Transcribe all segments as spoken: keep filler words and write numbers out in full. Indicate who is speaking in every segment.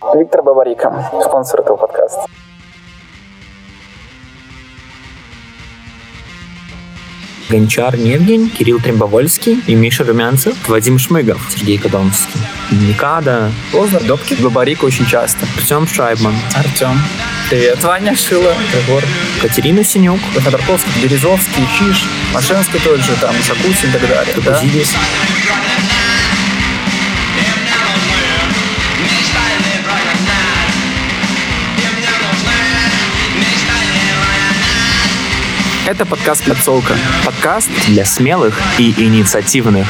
Speaker 1: Виктор Бабарика, спонсор этого подкаста.
Speaker 2: Гончар Невгень, Кирилл Трембовольский и Миша Румянцев, Вадим Шмыгов, Сергей Кодомский, Микада,
Speaker 1: Познер, Добкин, Бабарика очень часто.
Speaker 2: Артем Шайбман,
Speaker 1: Артем. Привет. Ваня Шила, Егор.
Speaker 2: Катерина Синюк,
Speaker 1: Ходорковский, Березовский, Чиж, Машинский тот же, там, Шакутин и так далее. Да? Это подкаст «Пляцовка». Подкаст
Speaker 2: для смелых и инициативных.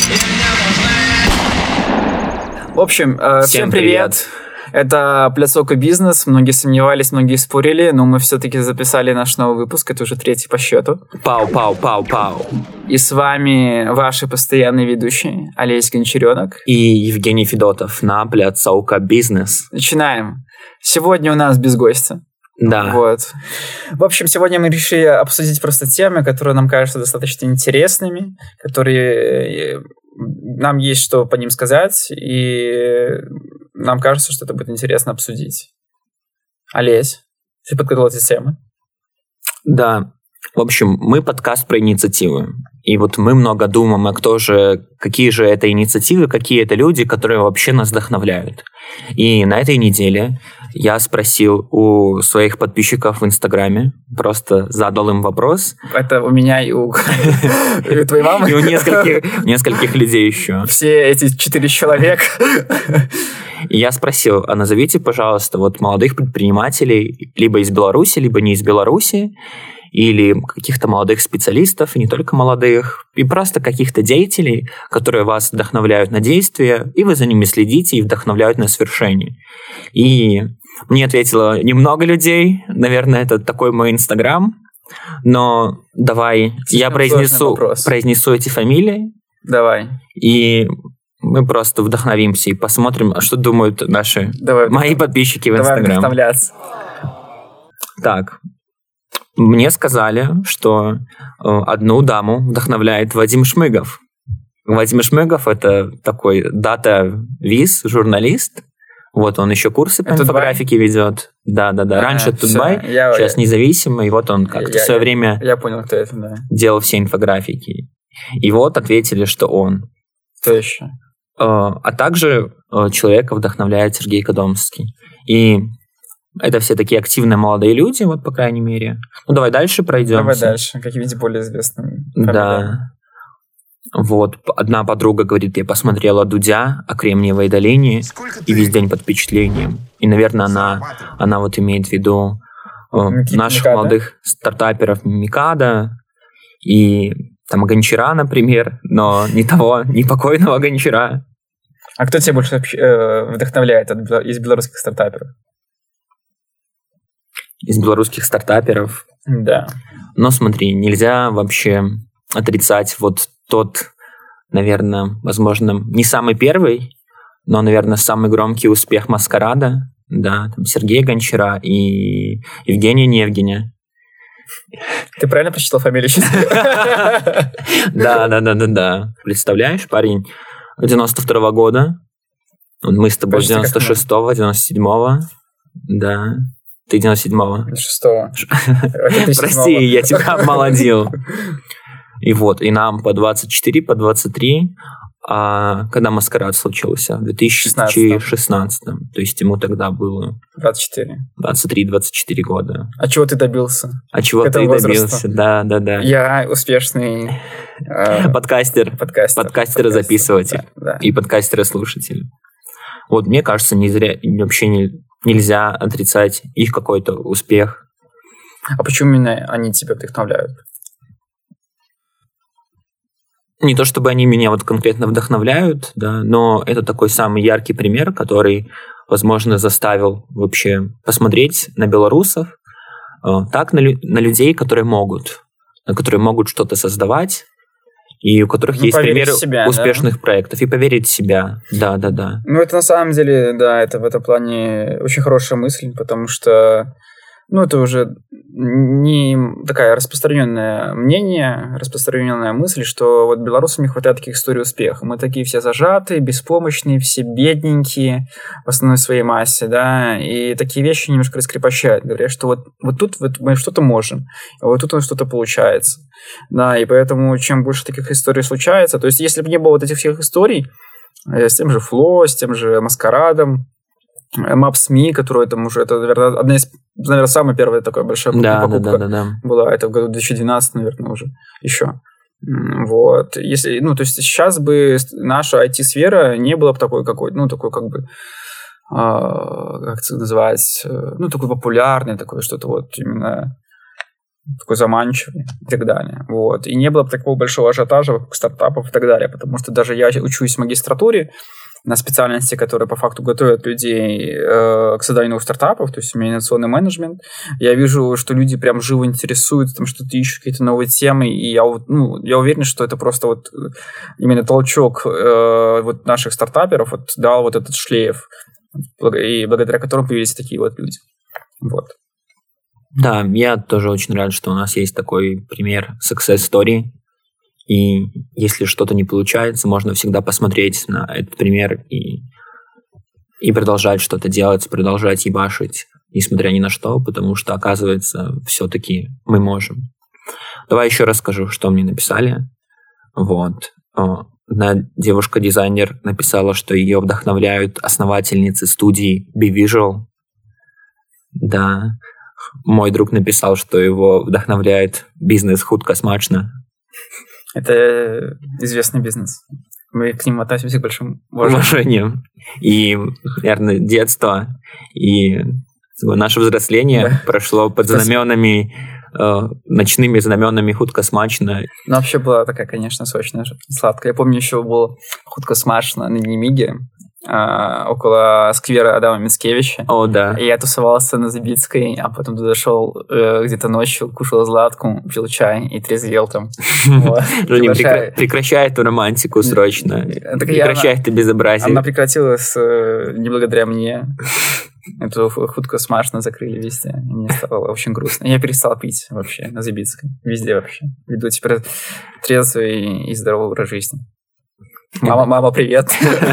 Speaker 1: В общем, э, всем, всем привет. привет. Это «Пляцовка бизнес». Многие сомневались, многие спорили, но мы все-таки записали наш новый выпуск. Это уже третий по счету.
Speaker 2: Пау-пау-пау-пау.
Speaker 1: И с вами ваши постоянные ведущие Олесь Гончаренок
Speaker 2: и Евгений Федотов на «Пляцовка бизнес».
Speaker 1: Начинаем. Сегодня у нас без гостя.
Speaker 2: Да.
Speaker 1: Вот. В общем, сегодня мы решили обсудить просто темы, которые нам кажутся достаточно интересными, которые нам есть что по ним сказать, и нам кажется, что это будет интересно обсудить. Олесь, ты подготовил эти темы?
Speaker 2: Да. В общем, мы подкаст про инициативы. И вот мы много думаем, а кто же, какие же это инициативы, какие это люди, которые вообще нас вдохновляют. И на этой неделе я спросил у своих подписчиков в Инстаграме, просто задал им вопрос.
Speaker 1: Это у меня и у твоей мамы?
Speaker 2: И у нескольких людей еще.
Speaker 1: Все эти четыре человека.
Speaker 2: И я спросил, а назовите, пожалуйста, вот молодых предпринимателей, либо из Беларуси, либо не из Беларуси, или каких-то молодых специалистов, и не только молодых, и просто каких-то деятелей, которые вас вдохновляют на действия, и вы за ними следите и вдохновляют на свершение. И мне ответило немного людей, наверное, это такой мой Инстаграм, но давай Слишком я произнесу, произнесу эти фамилии.
Speaker 1: Давай.
Speaker 2: И мы просто вдохновимся и посмотрим, что думают наши,
Speaker 1: давай,
Speaker 2: мои подписчики в
Speaker 1: Инстаграм.
Speaker 2: Давай
Speaker 1: вдохновляться.
Speaker 2: Так. Мне сказали, что одну даму вдохновляет Вадим Шмыгов. Вадим Шмыгов — это такой дата-виз, журналист. Вот он еще курсы по инфографике ведет. Да-да-да. Раньше Тутбай, сейчас я... независимый. И вот он как-то
Speaker 1: я,
Speaker 2: в свое
Speaker 1: я,
Speaker 2: время
Speaker 1: я понял, кто это, да.
Speaker 2: делал все инфографики. И вот ответили, что он.
Speaker 1: Кто еще?
Speaker 2: А также человека вдохновляет Сергей Кодомский. И это все такие активные молодые люди, вот, по крайней мере. Ну, давай дальше пройдем.
Speaker 1: Давай дальше. Какие-нибудь более известные фамилии.
Speaker 2: Да. Вот, одна подруга говорит, я посмотрела Дудя о Кремниевой долине и весь день под впечатлением. И, наверное, она, она вот имеет в виду э, наших
Speaker 1: Микада.
Speaker 2: молодых стартаперов Микада и там Гончара, например, но не того, не покойного Гончара.
Speaker 1: А кто тебя больше э, вдохновляет от, из белорусских стартаперов?
Speaker 2: Из белорусских стартаперов.
Speaker 1: Да.
Speaker 2: Но смотри, нельзя вообще отрицать вот тот, наверное, возможно, не самый первый, но, наверное, самый громкий успех Маскарада. Да, там Сергей Гончара и Евгения Невгеня.
Speaker 1: Ты правильно прочитал фамилию сейчас?
Speaker 2: Да, да, да, да, да. Представляешь, парень девяносто второго года. Мы с тобой девяносто шестого, девяносто седьмого. Да. Ты девяносто седьмого.
Speaker 1: Шестого.
Speaker 2: Прости, я тебя обмолодил. И вот, и нам по двадцать четыре, по двадцать три, а когда Маскарад случился? В две тысячи шестнадцатом. То есть ему тогда было...
Speaker 1: двадцать четыре.
Speaker 2: двадцать три двадцать четыре года.
Speaker 1: А чего ты добился?
Speaker 2: А чего ты добился? Да, да, да.
Speaker 1: Я успешный...
Speaker 2: Подкастер.
Speaker 1: Подкастер.
Speaker 2: Подкастера-записыватель. И подкастера-слушатель. Вот, мне кажется, не зря, вообще не, нельзя отрицать их какой-то успех.
Speaker 1: А почему именно они тебя вдохновляют?
Speaker 2: Не то чтобы они меня вот конкретно вдохновляют, да, но это такой самый яркий пример, который, возможно, заставил вообще посмотреть на белорусов, э, так на, лю- на людей, которые могут, которые могут что-то создавать, и у которых ну, есть примеры себя, успешных да? проектов, и поверить в себя. Да, да, да.
Speaker 1: Ну, это на самом деле, да, это в этом плане очень хорошая мысль, потому что, ну, это уже не такая распространенное мнение, распространенная мысль, что вот белорусам не хватает таких историй успеха. Мы такие все зажатые, беспомощные, все бедненькие в основной своей массе, да, и такие вещи немножко раскрепощают. Говорят, что вот, вот тут вот мы что-то можем, а вот тут что-то получается. Да, и поэтому чем больше таких историй случается, то есть если бы не было вот этих всех историй, с тем же Фло, с тем же Маскарадом, Maps.me, которая там уже, это, наверное, одна из, наверное, самая первая такая большая
Speaker 2: да,
Speaker 1: покупка
Speaker 2: да, да, да, да.
Speaker 1: была, это в году две тысячи двенадцатом, наверное, уже еще. Вот. Если, ну, то есть сейчас бы наша ай ти-сфера не была бы такой какой-то, ну, такой как бы, а, как это называть, ну, такой популярный, такой что-то вот именно такой заманчивый и так далее. Вот. И не было бы такого большого ажиотажа вокруг стартапов и так далее, потому что даже я учусь в магистратуре на специальности, которые по факту готовят людей э, к созданию новых стартапов, то есть у меня инновационный менеджмент. Я вижу, что люди прям живо интересуются, там что-то ищут, какие-то новые темы, и я, ну, я уверен, что это просто вот именно толчок э, вот наших стартаперов вот дал вот этот шлейф, и благодаря которому появились такие вот люди. Вот.
Speaker 2: Да, я тоже очень рад, что у нас есть такой пример success story. И если что-то не получается, можно всегда посмотреть на этот пример и, и продолжать что-то делать, продолжать ебашить, несмотря ни на что, потому что, оказывается, все-таки мы можем. Давай еще расскажу, что мне написали. Вот. Одна девушка-дизайнер написала, что ее вдохновляют основательницы студии Be Visual. Да. Мой друг написал, что его вдохновляет бизнес «Хутка смачно».
Speaker 1: Это известный бизнес. Мы к ним относимся с большим
Speaker 2: уважением. И, наверное, детство и наше взросление да. прошло под знаменами, э, ночными знаменами «Хутка смачно».
Speaker 1: Ну, вообще была такая, конечно, сочная, сладкая. Я помню, еще был «Хутка смачно» на Немиге, Uh, около сквера Адама Мицкевича.
Speaker 2: О, да.
Speaker 1: И я тусовался на Забицкой, а потом туда шел uh, где-то ночью, кушал златку, пил чай и трезвел там.
Speaker 2: Прекращай эту романтику срочно. Прекращай это безобразие.
Speaker 1: Она прекратилась не благодаря мне. Эту хутку смачно закрыли везде. Мне стало очень грустно. Я перестал пить вообще на Забицкой. Везде вообще. Веду теперь трезвый и здоровый образ жизни. Мама, мама, привет.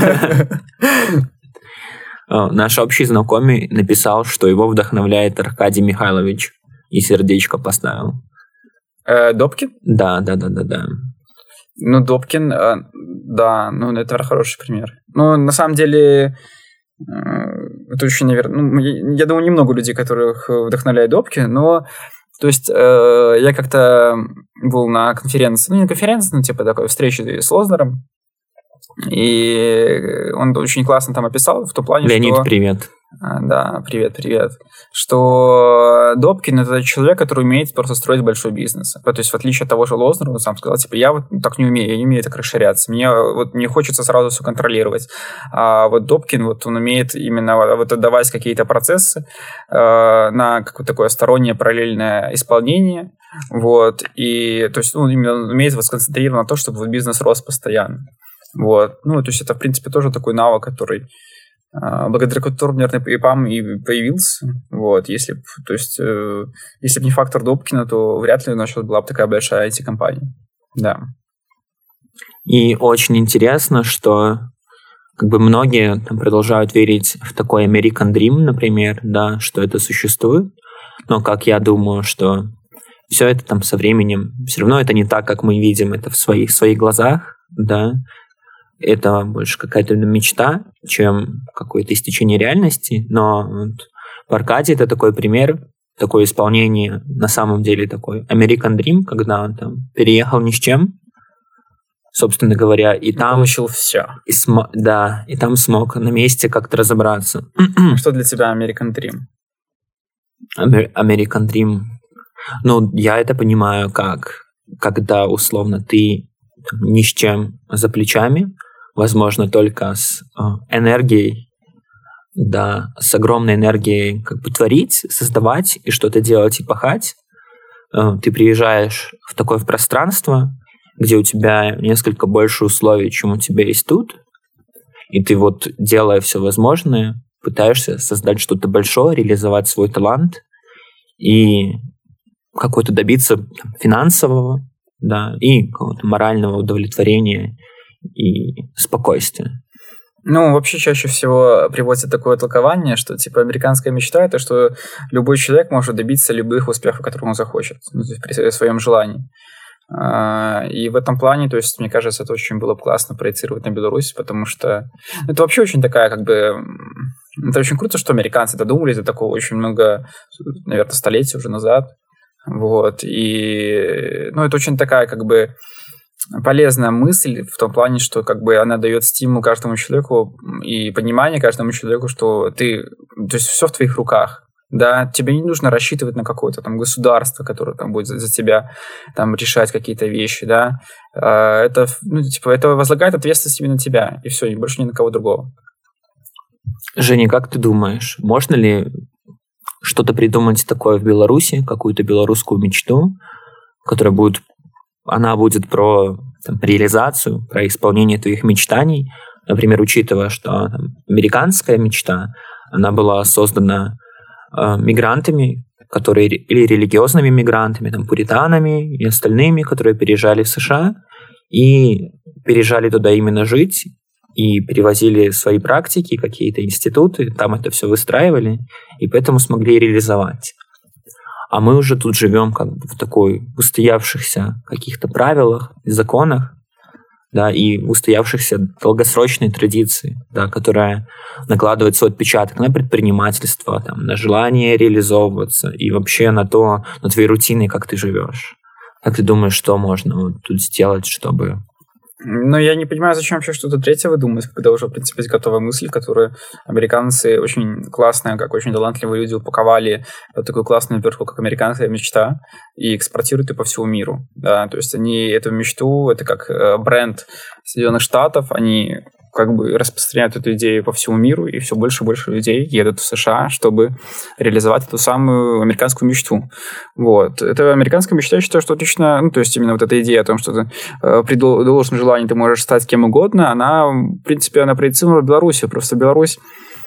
Speaker 2: Наш общий знакомый написал, что его вдохновляет Аркадий Михайлович, и сердечко поставил.
Speaker 1: Э, Добкин?
Speaker 2: Да, да, да, да, да.
Speaker 1: Ну, Добкин, э, да, ну, это хороший пример. Ну, на самом деле, э, это очень, наверное, ну, я, я думаю, немного людей, которых вдохновляет Добкин, но, то есть, э, я как-то был на конференции, ну, не конференции, но типа такой встречи с Лознером, и он очень классно там описал в том плане,
Speaker 2: Леонид,
Speaker 1: что...
Speaker 2: привет.
Speaker 1: Да, привет, привет. Что Добкин — это человек, который умеет просто строить большой бизнес. То есть, в отличие от того же Лознера, он сам сказал, типа, я вот так не умею, я не умею так расширяться. Мне вот не хочется сразу все контролировать. А вот Добкин, вот он умеет именно вот отдавать какие-то процессы э, на какое-то такое стороннее параллельное исполнение. Вот. И, то есть, он именно умеет вот сконцентрироваться на то, чтобы вот бизнес рос постоянно. Вот. Ну, то есть, это, в принципе, тоже такой навык, который благодаря которому, наверное, и ПАМ и появился. Вот, если б, то есть, э, если бы не фактор Добкина, то вряд ли у нас сейчас была бы такая большая ай ти-компания. Да.
Speaker 2: И очень интересно, что как бы многие там продолжают верить в такой American Dream, например, да, что это существует. Но, как я думаю, что все это там со временем, все равно это не так, как мы видим это в своих, в своих глазах, да. Это больше какая-то мечта, чем какое-то истечение реальности. Но вот в Аркадии это такой пример, такое исполнение на самом деле такой American Dream, когда он там переехал ни с чем, собственно говоря, и там...
Speaker 1: Получил все.
Speaker 2: И см... Да, и там смог на месте как-то разобраться.
Speaker 1: Что для тебя American Dream?
Speaker 2: American Dream. Ну, я это понимаю как, когда условно ты ни с чем за плечами, возможно, только с э, энергией, да, с огромной энергией как бы творить, создавать и что-то делать и пахать. Э, ты приезжаешь в такое в пространство, где у тебя несколько больше условий, чем у тебя есть тут, и ты вот, делая все возможное, пытаешься создать что-то большое, реализовать свой талант, и какой-то добиться финансового, да, и какого-то морального удовлетворения и спокойствия.
Speaker 1: Ну, вообще чаще всего приводится такое толкование, что типа американская мечта — это что любой человек может добиться любых успехов, которые он захочет, ну, при своем желании. И в этом плане, то есть, мне кажется, это очень было классно проецировать на Беларусь, потому что это вообще очень такая, как бы, это очень круто, что американцы додумались до такого очень много, наверное, столетий уже назад. Вот. И, ну, это очень такая, как бы, полезная мысль в том плане, что как бы она дает стимул каждому человеку и понимание каждому человеку, что ты, то есть все в твоих руках, да, тебе не нужно рассчитывать на какое-то там государство, которое там будет за, за тебя там решать какие-то вещи, да, это, ну, типа, это возлагает ответственность именно на тебя, и все, и больше ни на кого другого.
Speaker 2: Женя, как ты думаешь, можно ли что-то придумать такое в Беларуси, какую-то белорусскую мечту, которая будет она будет про там, реализацию, про исполнение твоих мечтаний. Например, учитывая, что там, американская мечта, она была создана э, мигрантами, которые или религиозными мигрантами, там, пуританами и остальными, которые переезжали в США и переезжали туда именно жить и перевозили свои практики, какие-то институты, там это все выстраивали, и поэтому смогли реализовать. А мы уже тут живем как бы в такой устоявшихся каких-то правилах и законах, да, и устоявшихся долгосрочной традиции, да, которая накладывает свой отпечаток на предпринимательство, там, на желание реализовываться и вообще на то, на твои рутины, как ты живешь. Как ты думаешь, что можно вот тут сделать, чтобы...
Speaker 1: Ну, я не понимаю, зачем вообще что-то третье выдумывать, когда уже, в принципе, есть готовая мысль, которую американцы очень классные, как очень талантливые люди упаковали в такую классную верху, как американская мечта, и экспортируют ее по всему миру. Да? То есть они эту мечту, это как бренд Соединенных Штатов, они как бы распространяют эту идею по всему миру, и все больше и больше людей едут в США, чтобы реализовать эту самую американскую мечту. Вот. Эта американская мечта, я считаю, что отлично, ну, то есть именно вот эта идея о том, что ты, э, при должном желании ты можешь стать кем угодно, она, в принципе, она проецирована в Беларуси. Просто Беларусь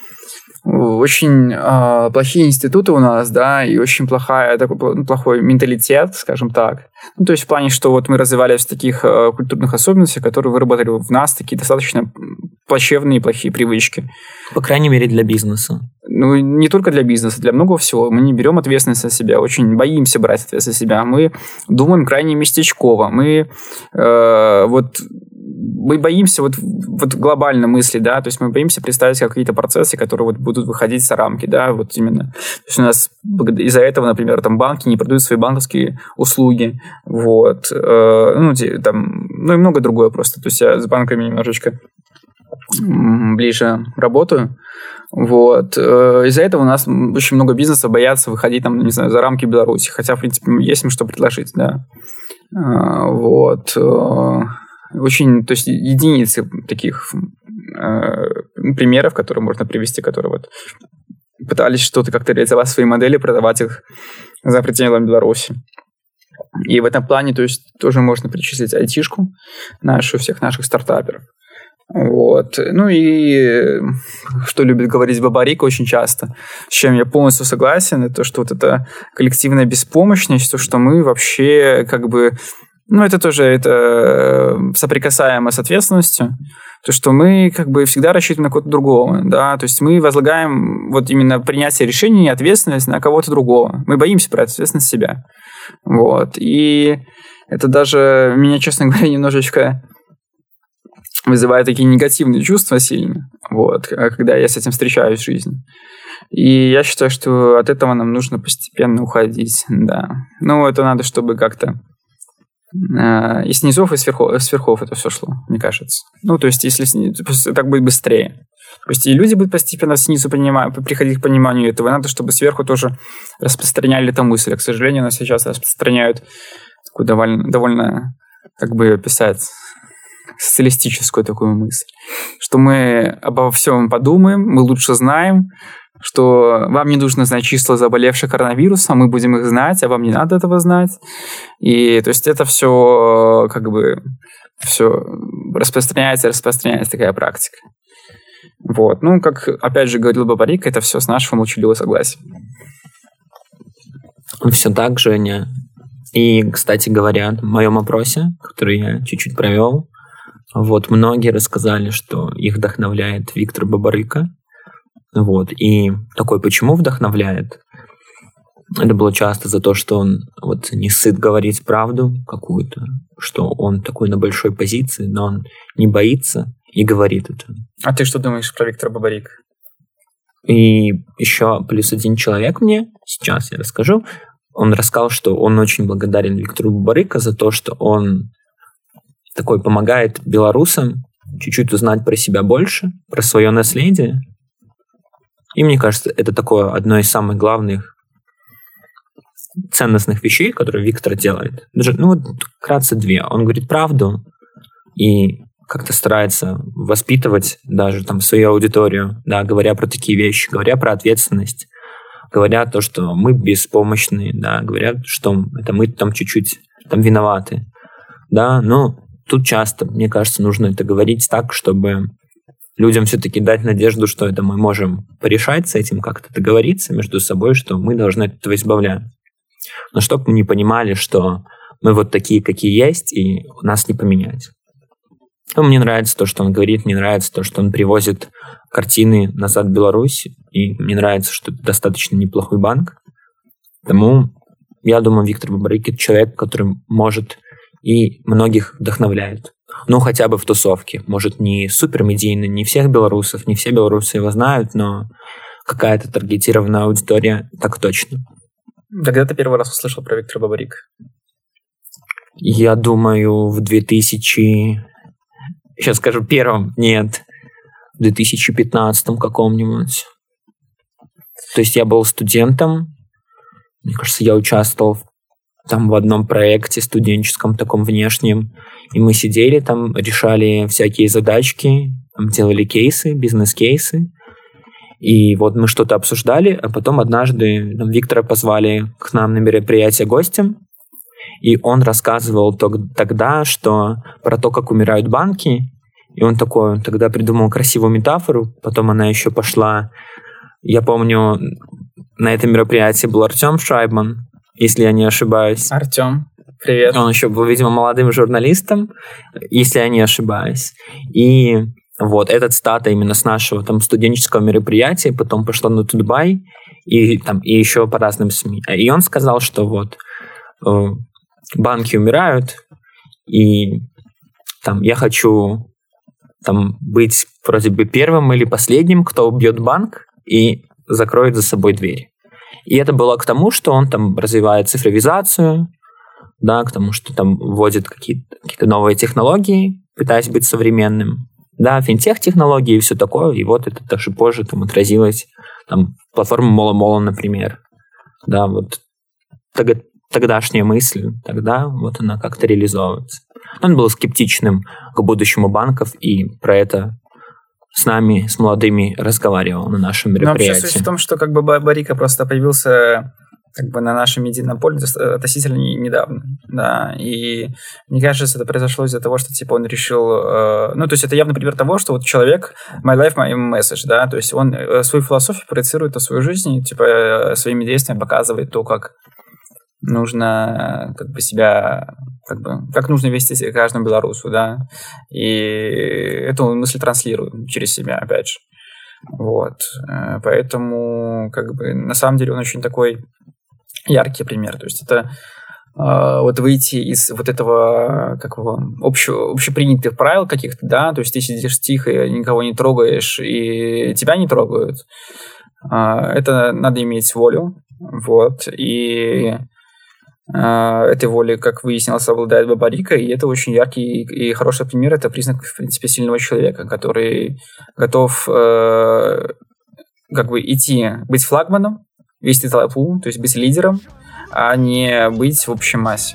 Speaker 1: очень э, плохие институты у нас, да, и очень плохая, такой плохой менталитет, скажем так. Ну, то есть в плане, что вот мы развивались в таких э, культурных особенностях, которые выработали в нас такие достаточно плачевные, плохие привычки.
Speaker 2: По крайней мере, для бизнеса.
Speaker 1: Ну, не только для бизнеса, для многого всего. Мы не берем ответственность на себя, очень боимся брать ответственность на себя. Мы думаем крайне местечково. Мы э, вот... Мы боимся вот, вот глобально мысли, да, то есть мы боимся представить какие-то процессы, которые вот будут выходить за рамки, да, вот именно. То есть у нас из-за этого, например, там банки не продают свои банковские услуги, вот, э, ну, там, ну и много другое просто. То есть я с банками немножечко ближе работаю, вот. Из-за этого у нас очень много бизнеса боятся выходить там, не знаю, за рамки Беларуси, хотя, в принципе, есть им что предложить, да. Вот. Очень, то есть единицы таких э, примеров, которые можно привести, которые вот пытались что-то как-то реализовать свои модели, продавать их за пределами Беларуси. И в этом плане, то есть, тоже можно причислить айтишку нашу, всех наших стартаперов. Вот. Ну и что любит говорить Бабарик очень часто, с чем я полностью согласен, это то, что вот эта коллективная беспомощность, то, что мы вообще как бы... Ну, это тоже это соприкасаемо с ответственностью, то, что мы как бы всегда рассчитываем на кого-то другого, да, то есть мы возлагаем вот именно принятие решений и ответственность на кого-то другого. Мы боимся брать ответственность на себя. Вот. И это даже меня, честно говоря, немножечко вызывает такие негативные чувства сильно, вот, когда я с этим встречаюсь в жизни. И я считаю, что от этого нам нужно постепенно уходить, да. Ну, это надо, чтобы как-то и снизов, и сверхов, сверхов это все шло, мне кажется. Ну, то есть, если так будет быстрее. То есть, и люди будут постепенно снизу понимать, приходить к пониманию этого. И надо, чтобы сверху тоже распространяли эту мысль. А, к сожалению, нас сейчас распространяют такую довольно, довольно, как бы писать, социалистическую такую мысль. Что мы обо всем подумаем, мы лучше знаем, что вам не нужно знать числа заболевших коронавирусом, мы будем их знать, а вам не надо этого знать. И то есть это все как бы все распространяется, распространяется такая практика. Вот. Ну, как опять же говорил Бабарик, это все с нашего молчаливого согласия.
Speaker 2: Все так, Женя. И, кстати говоря, в моем опросе, который я чуть-чуть провел, вот, многие рассказали, что их вдохновляет Виктор Бабарыка. Вот, и такой, почему вдохновляет? Это было часто за то, что он вот не сыт говорить правду какую-то, что он такой на большой позиции, но он не боится и говорит это.
Speaker 1: А ты что думаешь про Виктора Бабарика?
Speaker 2: И еще плюс один человек мне, сейчас я расскажу, он рассказал, что он очень благодарен Виктору Бабарыка за то, что он такой помогает белорусам чуть-чуть узнать про себя больше, про свое наследие. И мне кажется, это такое одно из самых главных ценностных вещей, которые Виктор делает. Даже, ну вот, вкратце две. Он говорит правду и как-то старается воспитывать даже там свою аудиторию, да, говоря про такие вещи, говоря про ответственность, говоря то, что мы беспомощные, да, говорят, что это мы там чуть-чуть там виноваты, да, но тут часто, мне кажется, нужно это говорить так, чтобы людям все-таки дать надежду, что это мы можем порешать с этим, как-то договориться между собой, что мы должны от этого избавляться. Но чтобы мы не понимали, что мы вот такие, какие есть, и нас не поменять. Но мне нравится то, что он говорит, мне нравится то, что он привозит картины назад в Беларусь, и мне нравится, что это достаточно неплохой банк. Поэтому я думаю, Виктор Бабарык — это человек, который может и многих вдохновляет. Ну, хотя бы в тусовке. Может, не супер медийно, не всех белорусов, не все белорусы его знают, но какая-то таргетированная аудитория так точно.
Speaker 1: Когда ты первый раз услышал про Виктора Бабарика?
Speaker 2: Я думаю, в две тысячи... Сейчас скажу, первом, нет, в две тысячи пятнадцатом каком-нибудь. То есть я был студентом, мне кажется, я участвовал там в одном проекте студенческом, таком внешнем, и мы сидели там, решали всякие задачки, там делали кейсы, бизнес-кейсы, и вот мы что-то обсуждали, а потом однажды там, Виктора позвали к нам на мероприятие гостем, и он рассказывал тогда, что про то, как умирают банки, и он такой, он тогда придумал красивую метафору, потом она еще пошла. Я помню, на этом мероприятии был Артем Шайбман, если я не ошибаюсь.
Speaker 1: Артем, привет.
Speaker 2: Он еще был, видимо, молодым журналистом, если я не ошибаюсь. И вот эта цитата именно с нашего там студенческого мероприятия потом пошла на Тутбай и, там, и еще по разным СМИ. И он сказал, что вот банки умирают, и там я хочу там быть вроде бы первым или последним, кто убьет банк и закроет за собой дверь. И это было к тому, что он там развивает цифровизацию, да, к тому, что там вводит какие-то, какие-то новые технологии, пытаясь быть современным, да, финтех-технологии и все такое. И вот это даже позже там отразилось, там, платформа Мола-Мола, например. Да, вот тогда тогдашняя мысль, тогда вот она как-то реализовывается. Он был скептичным к будущему банков и про это с нами, с молодыми, разговаривал на нашем мероприятии. Но вообще
Speaker 1: суть в том, что как бы Бабарика просто появился как бы на нашем медийном поле относительно недавно, да, и мне кажется, это произошло из-за того, что типа он решил, э, ну, то есть это явно пример того, что вот человек my life, my message, да, то есть он свою философию проецирует на свою жизнь и типа своими действиями показывает то, как нужно как бы себя, как бы, как нужно вести каждому белорусу, да, и эту мысль транслирует через себя, опять же, вот, поэтому, как бы, на самом деле он очень такой яркий пример, то есть это э, вот выйти из вот этого, как его, обще, общепринятых правил каких-то, да, то есть ты сидишь тихо, никого не трогаешь, и тебя не трогают, э, это надо иметь волю, вот, и этой воли, как выяснилось, обладает Бабарика, и это очень яркий и хороший пример, это признак, в принципе, сильного человека, который готов э, как бы идти, быть флагманом, вести толпу, то есть быть лидером, а не быть в общей массе.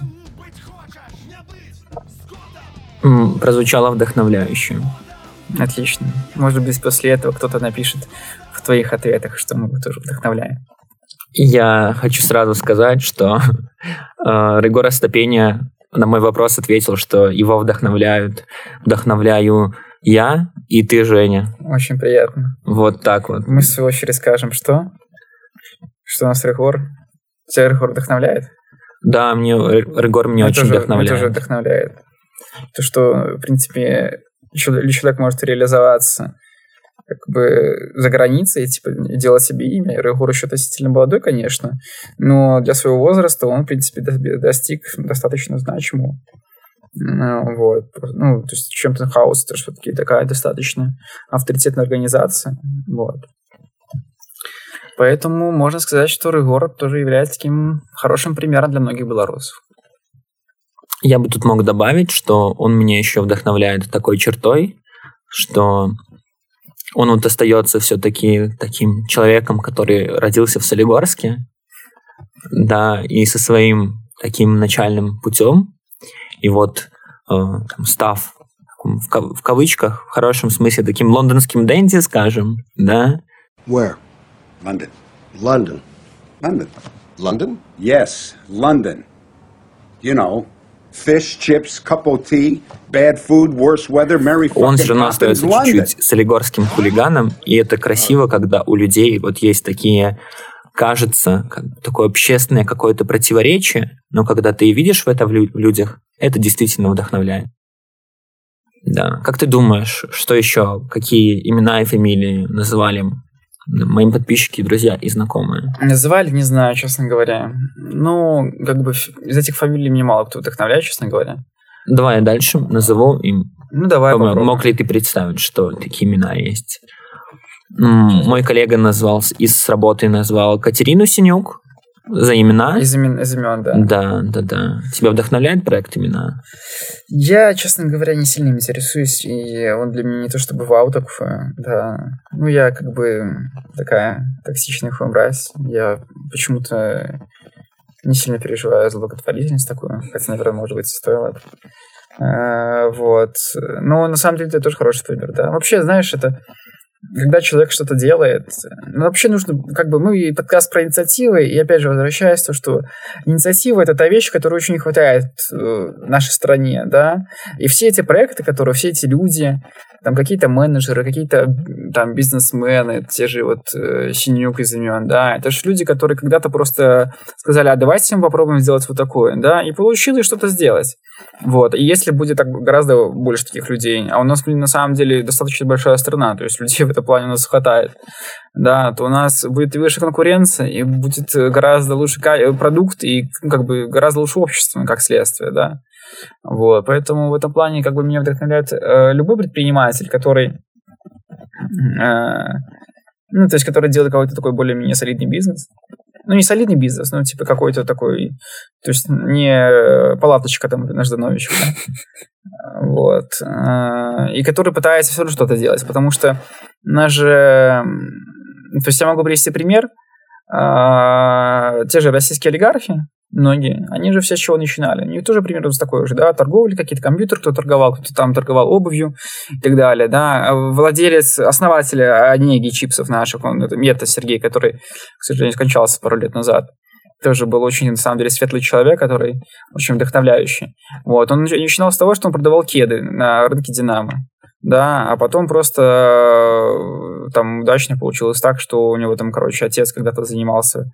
Speaker 2: Mm, прозвучало вдохновляюще.
Speaker 1: Отлично. Может быть, после этого кто-то напишет в твоих ответах, что мы тоже вдохновляем.
Speaker 2: Я хочу сразу сказать, что э, Ригор Остапеня на мой вопрос ответил, что его вдохновляют, вдохновляю я и ты, Женя.
Speaker 1: Очень приятно.
Speaker 2: Вот так вот.
Speaker 1: Мы в свою очередь скажем, что? Что у нас Ригор Тебя Рыгор вдохновляет?
Speaker 2: Да, мне Рыгор меня очень
Speaker 1: тоже,
Speaker 2: вдохновляет.
Speaker 1: Меня тоже вдохновляет. То, что, в принципе, человек может реализоваться как бы за границей, типа, делать себе имя. Рыгор еще относительно молодой, конечно, но для своего возраста он, в принципе, достиг достаточно значимого. Вот. Ну, то есть Champton House это все-таки такая достаточно авторитетная организация. Вот. Поэтому можно сказать, что Рыгор тоже является таким хорошим примером для многих белорусов.
Speaker 2: Я бы тут мог добавить, что он меня еще вдохновляет такой чертой, что он вот остается все-таки таким человеком, который родился в Солигорске, да, и со своим таким начальным путем, и вот э, там, став в, кав- в кавычках, в хорошем смысле, таким лондонским денди, скажем, да.
Speaker 3: Where? London. London. London. London? Yes, London. You know, fish, chips, cup of tea, bad food, worse weather, merry fucking
Speaker 2: Он все равно
Speaker 3: Poppins,
Speaker 2: остается
Speaker 3: London.
Speaker 2: чуть-чуть солигорским хулиганом, и это красиво, когда у людей вот есть такие, кажется, как такое общественное какое-то противоречие, но когда ты видишь в это в лю- в людях, это действительно вдохновляет. Да. Как ты думаешь, что еще, какие имена и фамилии называли моим подписчики, друзья и знакомые?
Speaker 1: Называли, не знаю, честно говоря. Ну, как бы из этих фамилий мне мало кто вдохновляет, честно говоря.
Speaker 2: Давай я дальше назову им.
Speaker 1: Ну, давай попробуем.
Speaker 2: Мог ли ты представить, что такие имена есть? М, Мой коллега назвал, из с работы назвал Катерину Синюк за имена.
Speaker 1: Из имен, из имен, да.
Speaker 2: Да, да, да. Тебя вдохновляет проект имена?
Speaker 1: Я, честно говоря, не сильно интересуюсь, и он для меня не то чтобы вау такой, да. Ну, я как бы такая токсичная хуймразь. Я почему-то не сильно переживаю за благотворительность такую, хотя, наверное, может быть, стоило бы. А, вот. Но на самом деле это тоже хороший пример, да. Вообще, знаешь, это когда человек что-то делает, ну, вообще нужно, как бы, мы подкаст про инициативы, и опять же возвращаясь к тому, что инициатива — это та вещь, которой очень не хватает в нашей стране, да, и все эти проекты, которые, все эти люди, там какие-то менеджеры, какие-то там бизнесмены, те же вот э, Синюк из имен, да, это же люди, которые когда-то просто сказали, а давайте мы попробуем сделать вот такое, да, и получилось что-то сделать. Вот, и если будет так гораздо больше таких людей, а у нас, блин, на самом деле достаточно большая страна, то есть людей в этом плане у нас хватает, да, то у нас будет выше конкуренция, и будет гораздо лучше продукт, и как бы гораздо лучше общество, как следствие, да. Вот, поэтому в этом плане как бы меня вдохновляет э, любой предприниматель, который, э, ну, то есть, который делает какой-то такой более-менее солидный бизнес. Ну, не солидный бизнес, но типа какой-то такой, то есть не палаточка там на Ждановича, да? Вот. И который пытается все равно что-то делать, потому что нас же... То есть я могу привести пример. Те же российские олигархи, многие, они же все с чего начинали. Они тоже примерно с такой же, да, торговли, какие-то компьютеры, кто торговал, кто-то там торговал обувью и так далее, да. Владелец, основатель Онеги чипсов наших, он, это Мета Сергей, который, к сожалению, скончался пару лет назад, тоже был очень, на самом деле, светлый человек, который очень вдохновляющий. Вот. Он начинал с того, что он продавал кеды на рынке Динамо. Да, а потом просто там удачно получилось так, что у него там, короче, отец когда-то занимался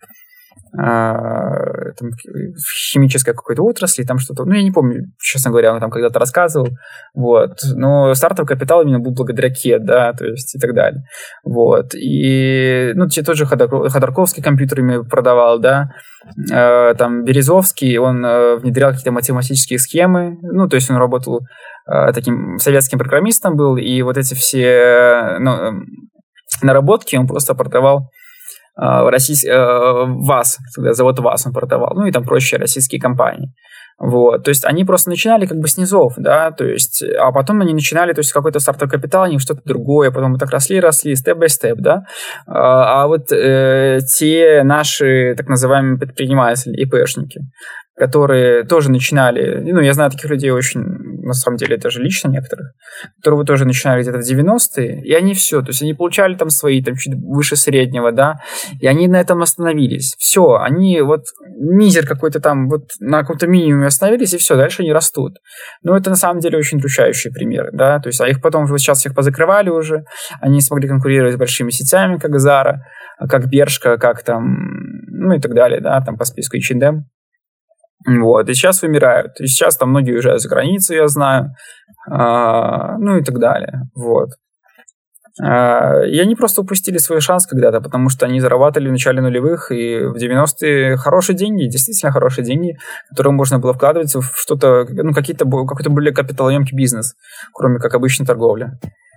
Speaker 1: там, в химической какой-то отрасли, там что-то, ну, я не помню, честно говоря, он там когда-то рассказывал, вот, но стартовый капитал именно был благодаря КЕД, да, то есть и так далее, вот, и, ну, тот же Ходорковский компьютерами продавал, да, там Березовский, он внедрял какие-то математические схемы, ну, то есть он работал таким советским программистом был, и вот эти все, ну, наработки он просто продавал российский ВАЗ, завод ВАЗ он продавал, ну и там прочие российские компании. Вот, то есть они просто начинали как бы с низов, да, то есть, а потом они начинали, то есть какой-то стартовый капитал, они что-то другое, потом так росли, росли, степ-бай-степ, да, а, а вот э, те наши так называемые предприниматели, ИПшники, которые тоже начинали, ну, я знаю таких людей очень, на самом деле, даже лично некоторых, которые тоже начинали где-то в девяностые, и они все, то есть они получали там свои, там, чуть выше среднего, да, и они на этом остановились. Все, они вот мизер какой-то там, вот на каком-то минимуме остановились, и все, дальше они растут. Но это на самом деле очень удручающие примеры, да, то есть, а их потом вот сейчас всех позакрывали уже, они смогли конкурировать с большими сетями, как Zara, как Бершка, как там, ну и так далее, да, там по списку эйч энд эм. Вот, и сейчас вымирают. И сейчас там многие уезжают за границу, я знаю, а, ну и так далее, вот. А, и они просто упустили свой шанс когда-то, потому что они зарабатывали в начале нулевых и в девяностые хорошие деньги, действительно хорошие деньги, которые можно было вкладывать в что-то, ну, какие-то, какой-то более капиталоемкий бизнес, кроме как обычной торговли.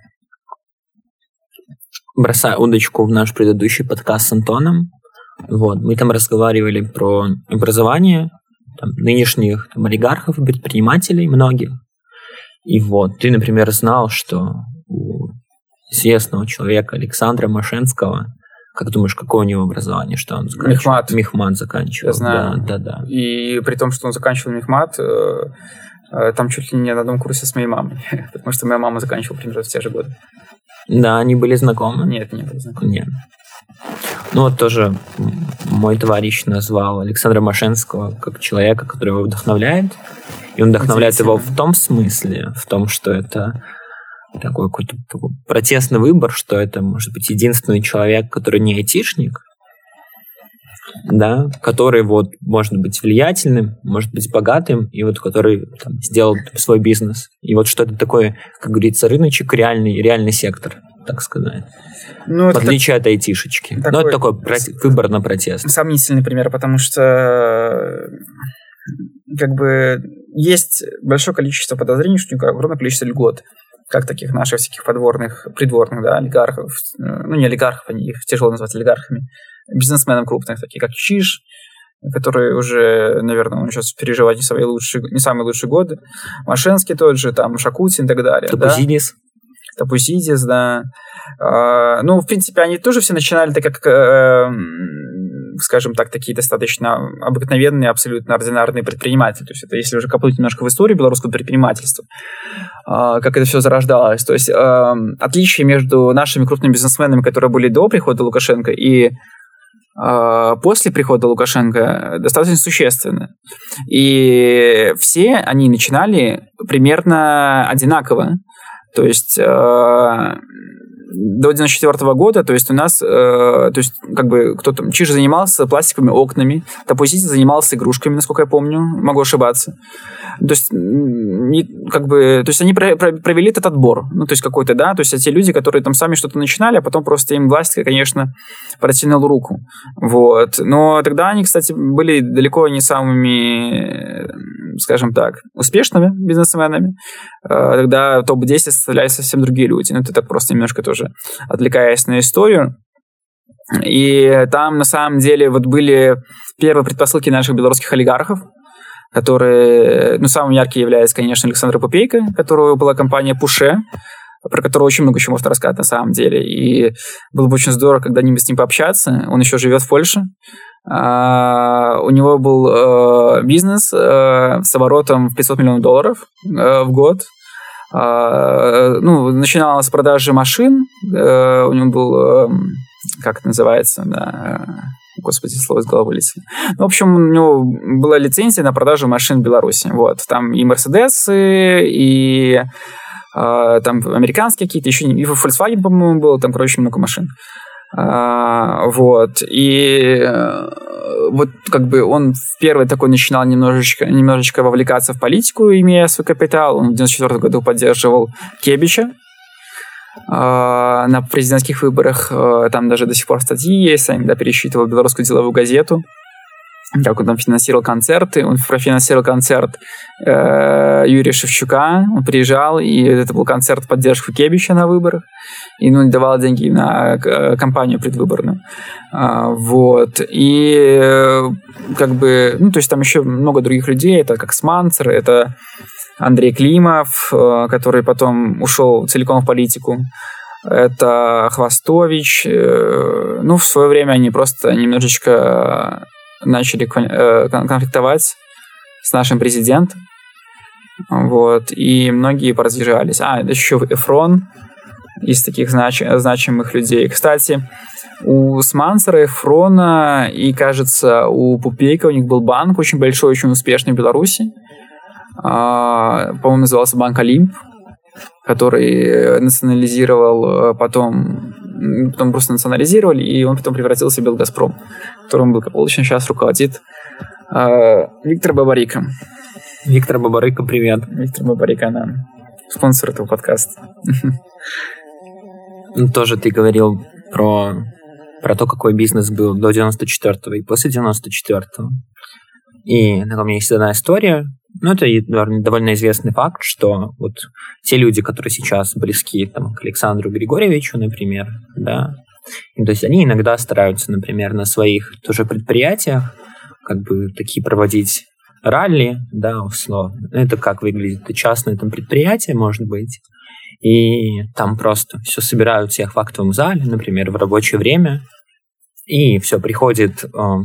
Speaker 2: Бросаю удочку в наш предыдущий подкаст с Антоном. Вот, мы там разговаривали про образование там, нынешних там, олигархов и предпринимателей многих. И вот, ты, например, знал, что у известного человека Александра Мошенского, как думаешь, какое у него образование, что он заканчивал?
Speaker 1: Мехмат.
Speaker 2: Мехмат заканчивал.
Speaker 1: Я знаю.
Speaker 2: Да, да, да.
Speaker 1: И при том, что он заканчивал Мехмат, там чуть ли не на одном курсе с моей мамой, потому что моя мама заканчивала примерно в те же годы.
Speaker 2: Да, они были знакомы?
Speaker 1: Нет, не были знакомы.
Speaker 2: Нет. Ну вот тоже мой товарищ назвал Александра Мошенского как человека, который его вдохновляет. И он вдохновляет его в том смысле, в том, что это такой какой-то такой протестный выбор, что это, может быть, единственный человек, который не айтишник, да, который вот может быть влиятельным, может быть богатым, и вот который там, сделал свой бизнес. И вот что это такое, как говорится, рыночек, реальный, реальный сектор, так сказать. Ну, в отличие так, от айтишечки. Такой, Но это такой проти- выбор на протест.
Speaker 1: Сомнительный пример, потому что как бы есть большое количество подозрений, что у него огромное количество льгот, как таких наших всяких подворных, придворных, да, олигархов. Ну, не олигархов, они их тяжело назвать олигархами. Бизнесменов крупных, таких как Чиж, который уже, наверное, он сейчас переживает не, свои лучшие, не самые лучшие годы. Мошенский тот же, там, Шакутин и так далее.
Speaker 2: Топузидис.
Speaker 1: Да? Топузидис, да. А, ну, в принципе, они тоже все начинали так как, э, скажем так, такие достаточно обыкновенные, абсолютно ординарные предприниматели. То есть это если уже копнуть немножко в историю белорусского предпринимательства, э, как это все зарождалось. То есть э, отличие между нашими крупными бизнесменами, которые были до прихода Лукашенко, и после прихода Лукашенко достаточно существенно. И все они начинали примерно одинаково. То есть э, до девяносто четвёртого года, то есть у нас, э, то есть как бы кто-то, Чиж занимался пластиковыми окнами, Топузидис занимался игрушками, насколько я помню, могу ошибаться. То есть, не, как бы, то есть они про, про, провели этот отбор, ну, то есть какой-то, да, то есть те люди, которые там сами что-то начинали, а потом просто им власть, конечно, протянула руку, вот. Но тогда они, кстати, были далеко не самыми, скажем так, успешными бизнесменами. Тогда топ десять составляли совсем другие люди, ну, это так просто немножко тоже отвлекаясь на историю. И там, на самом деле, вот были первые предпосылки наших белорусских олигархов, которые, ну, самым ярким является, конечно, Александр Пупейко, у которого была компания Пуше, про которую очень много чего можно рассказать на самом деле. И было бы очень здорово когда-нибудь с ним пообщаться. Он еще живет в Польше. Uh, у него был uh, бизнес uh, с оборотом в пятьсот миллионов долларов uh, в год. Uh, ну, начиналось с продажи машин. Uh, у него был, uh, как это называется, да, господи, слово из головы вылетело. В общем, у него была лицензия на продажу машин в Беларуси. Вот. Там и Мерседесы, и uh, там американские какие-то, еще и Volkswagen, по-моему, был, там, короче, много машин. Uh, вот, и uh, вот как бы он в первый такой начинал немножечко, немножечко вовлекаться в политику, имея свой капитал. Он в девяносто четвёртом году поддерживал Кебича uh, на президентских выборах. Uh, там даже до сих пор статьи есть, я иногда пересчитывал белорусскую деловую газету, как он там финансировал концерты. Он профинансировал концерт э, Юрия Шевчука. Он приезжал, и это был концерт в поддержку Кебича на выборах. И ну, давал деньги на э, кампанию предвыборную. А, вот. И э, как бы... Ну, то есть там еще много других людей. Это как Сманцер, это Андрей Климов, э, который потом ушел целиком в политику. Это Хвостович. Э, ну, в свое время они просто немножечко... начали конфликтовать с нашим президентом. Вот. И многие поразъезжались. А, это еще Эфрон из таких знач... значимых людей. Кстати, у Сманцера, Эфрона и, кажется, у Пупейко у них был банк очень большой, очень успешный в Беларуси. А, по-моему, назывался банк Олимп, который национализировал потом потом просто национализировали, и он потом превратился в Белгазпром, которым благополучно сейчас руководит э, Виктор Бабарико.
Speaker 2: Виктор Бабарико, привет.
Speaker 1: Виктор Бабарико, да. Спонсор этого подкаста.
Speaker 2: Ну, тоже ты говорил про, про то, какой бизнес был до девяносто четвёртого и после девяносто четвёртого. И у меня есть одна история. Ну, это довольно известный факт, что вот те люди, которые сейчас близки там, к Александру Григорьевичу, например, да, и, то есть они иногда стараются, например, на своих тоже предприятиях как бы такие проводить ралли, да, условно. Это как выглядит? Это частное там предприятие, может быть, и там просто все собирают всех в актовом зале, например, в рабочее время, и все, приходит, э,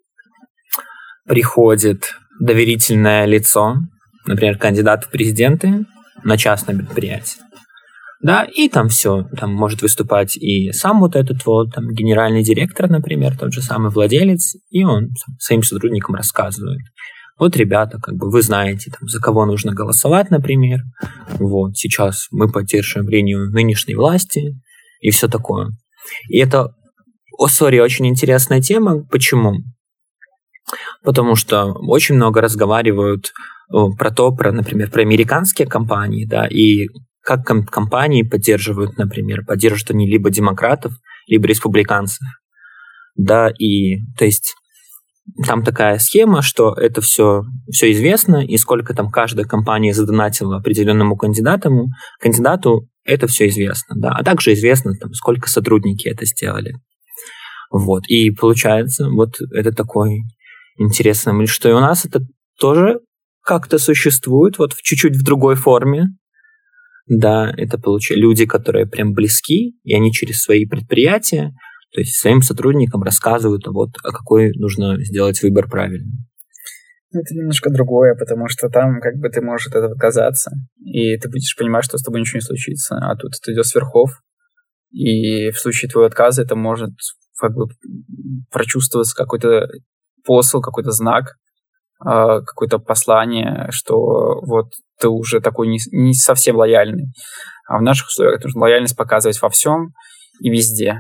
Speaker 2: приходит доверительное лицо, например, кандидат в президенты на частное предприятие, да, и там все, там может выступать и сам вот этот вот там генеральный директор, например, тот же самый владелец, и он своим сотрудникам рассказывает. Вот, ребята, как бы вы знаете, там, за кого нужно голосовать, например. Вот, сейчас мы поддерживаем линию нынешней власти и все такое. И это, о, сори, очень интересная тема. Почему? Потому что очень много разговаривают о, про то, про, например, про американские компании, да, и как ком- компании поддерживают, например, поддерживают они либо демократов, либо республиканцев. Да, и, то есть, там такая схема, что это все, все известно, и сколько там каждая компания задонатила определенному кандидату, кандидату, это все известно, да. А также известно, там, сколько сотрудники это сделали. Вот. И получается, вот это такой интересный мысль, что и у нас это тоже как-то существует, вот в чуть-чуть в другой форме. Да, это получается люди, которые прям близки, и они через свои предприятия, то есть своим сотрудникам рассказывают, а вот, а какой нужно сделать выбор правильный.
Speaker 1: Это немножко другое, потому что там как бы ты можешь от этого отказаться, и ты будешь понимать, что с тобой ничего не случится, а тут это идет с верхов, и в случае твоего отказа это может как бы прочувствоваться какой-то посыл, какой-то знак, какое-то послание, что вот ты уже такой не, не совсем лояльный. А в наших условиях нужно лояльность показывать во всем и везде.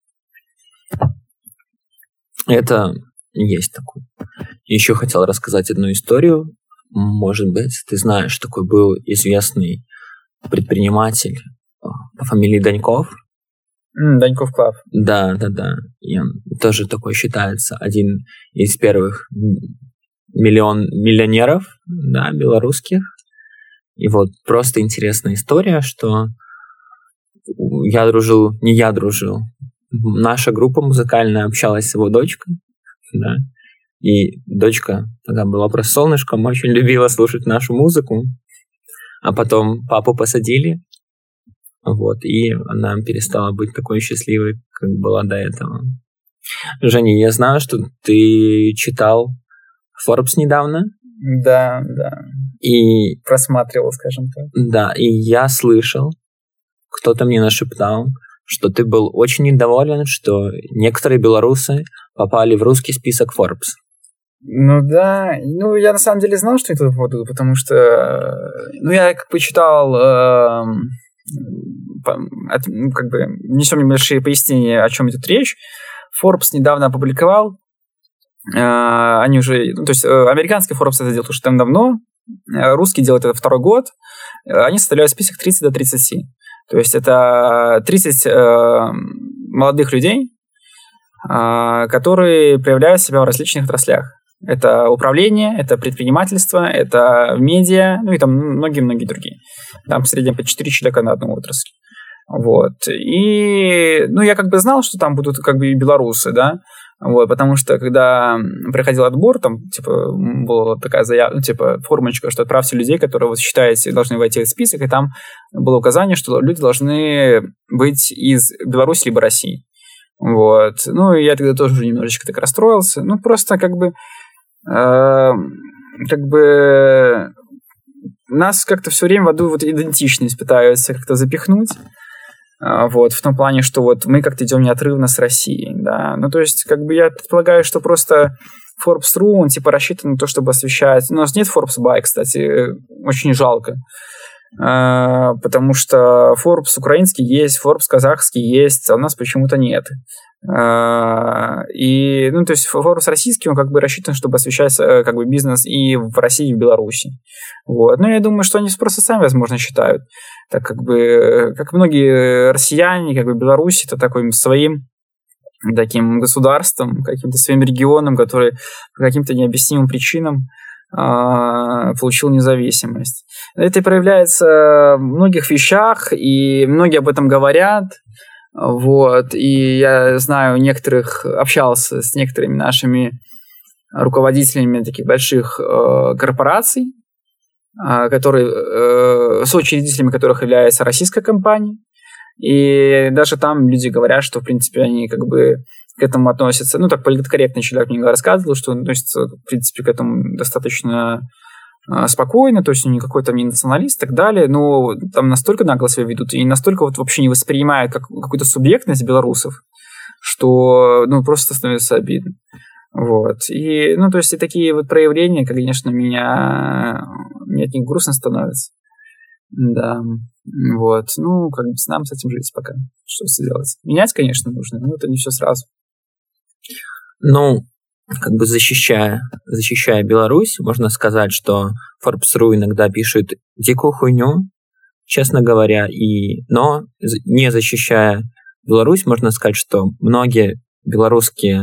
Speaker 2: Это есть такое. Еще хотел рассказать одну историю. Может быть, ты знаешь, такой был известный предприниматель по фамилии Даньков.
Speaker 1: Mm, Даньков Клаб.
Speaker 2: Да, да, да. И он тоже такой считается один из первых миллион миллионеров, да, белорусских. И вот просто интересная история, что я дружил, не я дружил, наша группа музыкальная общалась с его дочкой, да, и дочка тогда была просто солнышком, очень любила слушать нашу музыку, а потом папу посадили, вот, и она перестала быть такой счастливой, как была до этого. Женя, я знаю, что ты читал Forbes недавно.
Speaker 1: Да, да.
Speaker 2: И
Speaker 1: просматривал, скажем так.
Speaker 2: Да, и я слышал, кто-то мне нашептал, что ты был очень недоволен, что некоторые белорусы попали в русский список Forbes.
Speaker 1: Ну да, ну я на самом деле знал, что это буду, потому что, ну я как бы читал, э, ну, как бы несем небольшие пояснения, о чем идет речь. Forbes недавно опубликовал, э, они уже, ну, то есть э, американский Forbes это делает уже там давно, э, русский делает это второй год, э, они составляют список тридцать до тридцати. То есть это тридцать э, молодых людей, э, которые проявляют себя в различных отраслях. Это управление, это предпринимательство, это медиа, ну и там многие-многие другие. Там в среднем по четыре человека на одну отрасль. Вот. И, ну, я как бы знал, что там будут как бы и белорусы, да, вот, потому что когда проходил отбор, там, типа, была такая заявка, ну, типа, формочка, что отправьте людей, которые вы считаете должны войти в этот список, и там было указание, что люди должны быть из Беларуси либо России. Вот. Ну, и я тогда тоже немножечко так расстроился. Ну, просто как бы э, как бы нас как-то все время в одну вот идентичность пытаются как-то запихнуть. Вот, в том плане, что вот мы как-то идем неотрывно с Россией, да, ну, то есть, как бы я предполагаю, что просто Forbes точка ру, он, типа, рассчитан на то, чтобы освещать, у нас нет Forbes Buy, кстати, очень жалко, потому что Forbes украинский есть, Forbes казахский есть, а у нас почему-то нет. И, ну, то есть Forbes российский, он как бы рассчитан, чтобы освещать как бы бизнес и в России, и в Беларуси. Вот. Но я думаю, что они просто сами, возможно, считают. Так как бы, как многие россияне, как бы Беларусь, это такой своим таким государством, каким-то своим регионом, который по каким-то необъяснимым причинам получил независимость. Это проявляется в многих вещах, и многие об этом говорят. Вот. И я знаю некоторых, общался с некоторыми нашими руководителями таких больших э, корпораций, э, которые, э, соучредителями которых является российская компания. И даже там люди говорят, что, в принципе, они как бы к этому относятся, ну, так политкорректный человек мне рассказывал, что он относится, в принципе, к этому достаточно э, спокойно, то есть он никакой там не националист и так далее, но там настолько нагло себя ведут и настолько вот вообще не воспринимают как какую-то субъектность белорусов, что, ну, просто становится обидно. Вот. И, ну, то есть и такие вот проявления, конечно, меня, мне от них грустно становится. Да. Вот. Ну, как бы нам с этим жить пока. Что сделать? Менять, конечно, нужно, но это не все сразу.
Speaker 2: Ну, как бы защищая, защищая Беларусь, можно сказать, что Forbes точка ру иногда пишет дикую хуйню, честно говоря, и, но не защищая Беларусь, можно сказать, что многие белорусские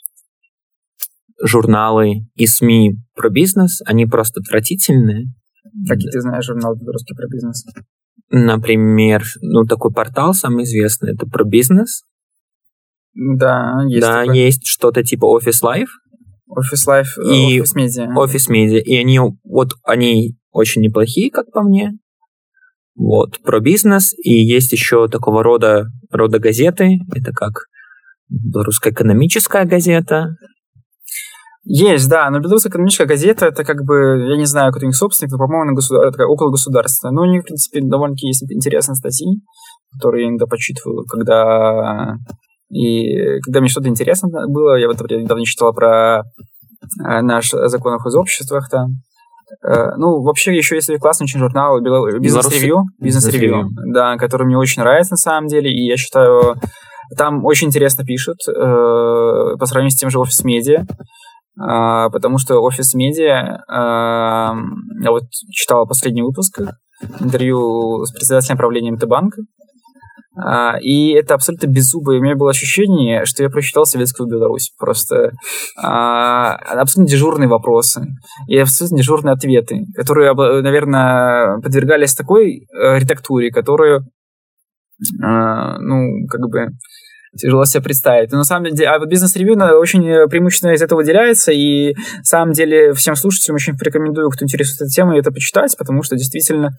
Speaker 2: журналы и СМИ про бизнес, они просто отвратительные.
Speaker 1: Какие ты знаешь журналы белорусские про бизнес?
Speaker 2: Например, ну, такой портал самый известный, это про бизнес.
Speaker 1: Да, есть
Speaker 2: Да,
Speaker 1: такой.
Speaker 2: есть что-то типа Office Life.
Speaker 1: Office Life,
Speaker 2: и
Speaker 1: Office Media.
Speaker 2: Office Media. И они, вот, они очень неплохие, как по мне. Вот, про бизнес. И есть еще такого рода, рода газеты. Это как белорусская экономическая газета.
Speaker 1: Есть, да, но белорусская экономическая газета, это как бы, я не знаю, кто у них собственник, но, по-моему, государ... такая около государства. Но у них, в принципе, довольно-таки есть интересные статьи, которые я иногда почитываю, когда... И когда мне что-то интересно было, я вот недавно читала про наш закон о хозобществах там. Ну, вообще, еще есть классный очень журнал «Бизнес-ревью», «Бизнес-ревью», да, который мне очень нравится на самом деле, и я считаю, там очень интересно пишут по сравнению с тем же Office Media, потому что Office Media, я вот читала последний выпуск, интервью с председателем правления МТ-банка, и это абсолютно беззубое. У меня было ощущение, что я прочитал советскую Беларусь. Просто а, абсолютно дежурные вопросы и абсолютно дежурные ответы, которые, наверное, подвергались такой редактуре, которую, а, ну, как бы тяжело себе представить. Но на самом деле, а вот бизнес-ревью очень преимущественно из этого выделяется, и на самом деле всем слушателям очень рекомендую, кто интересуется этой темой, это почитать, потому что действительно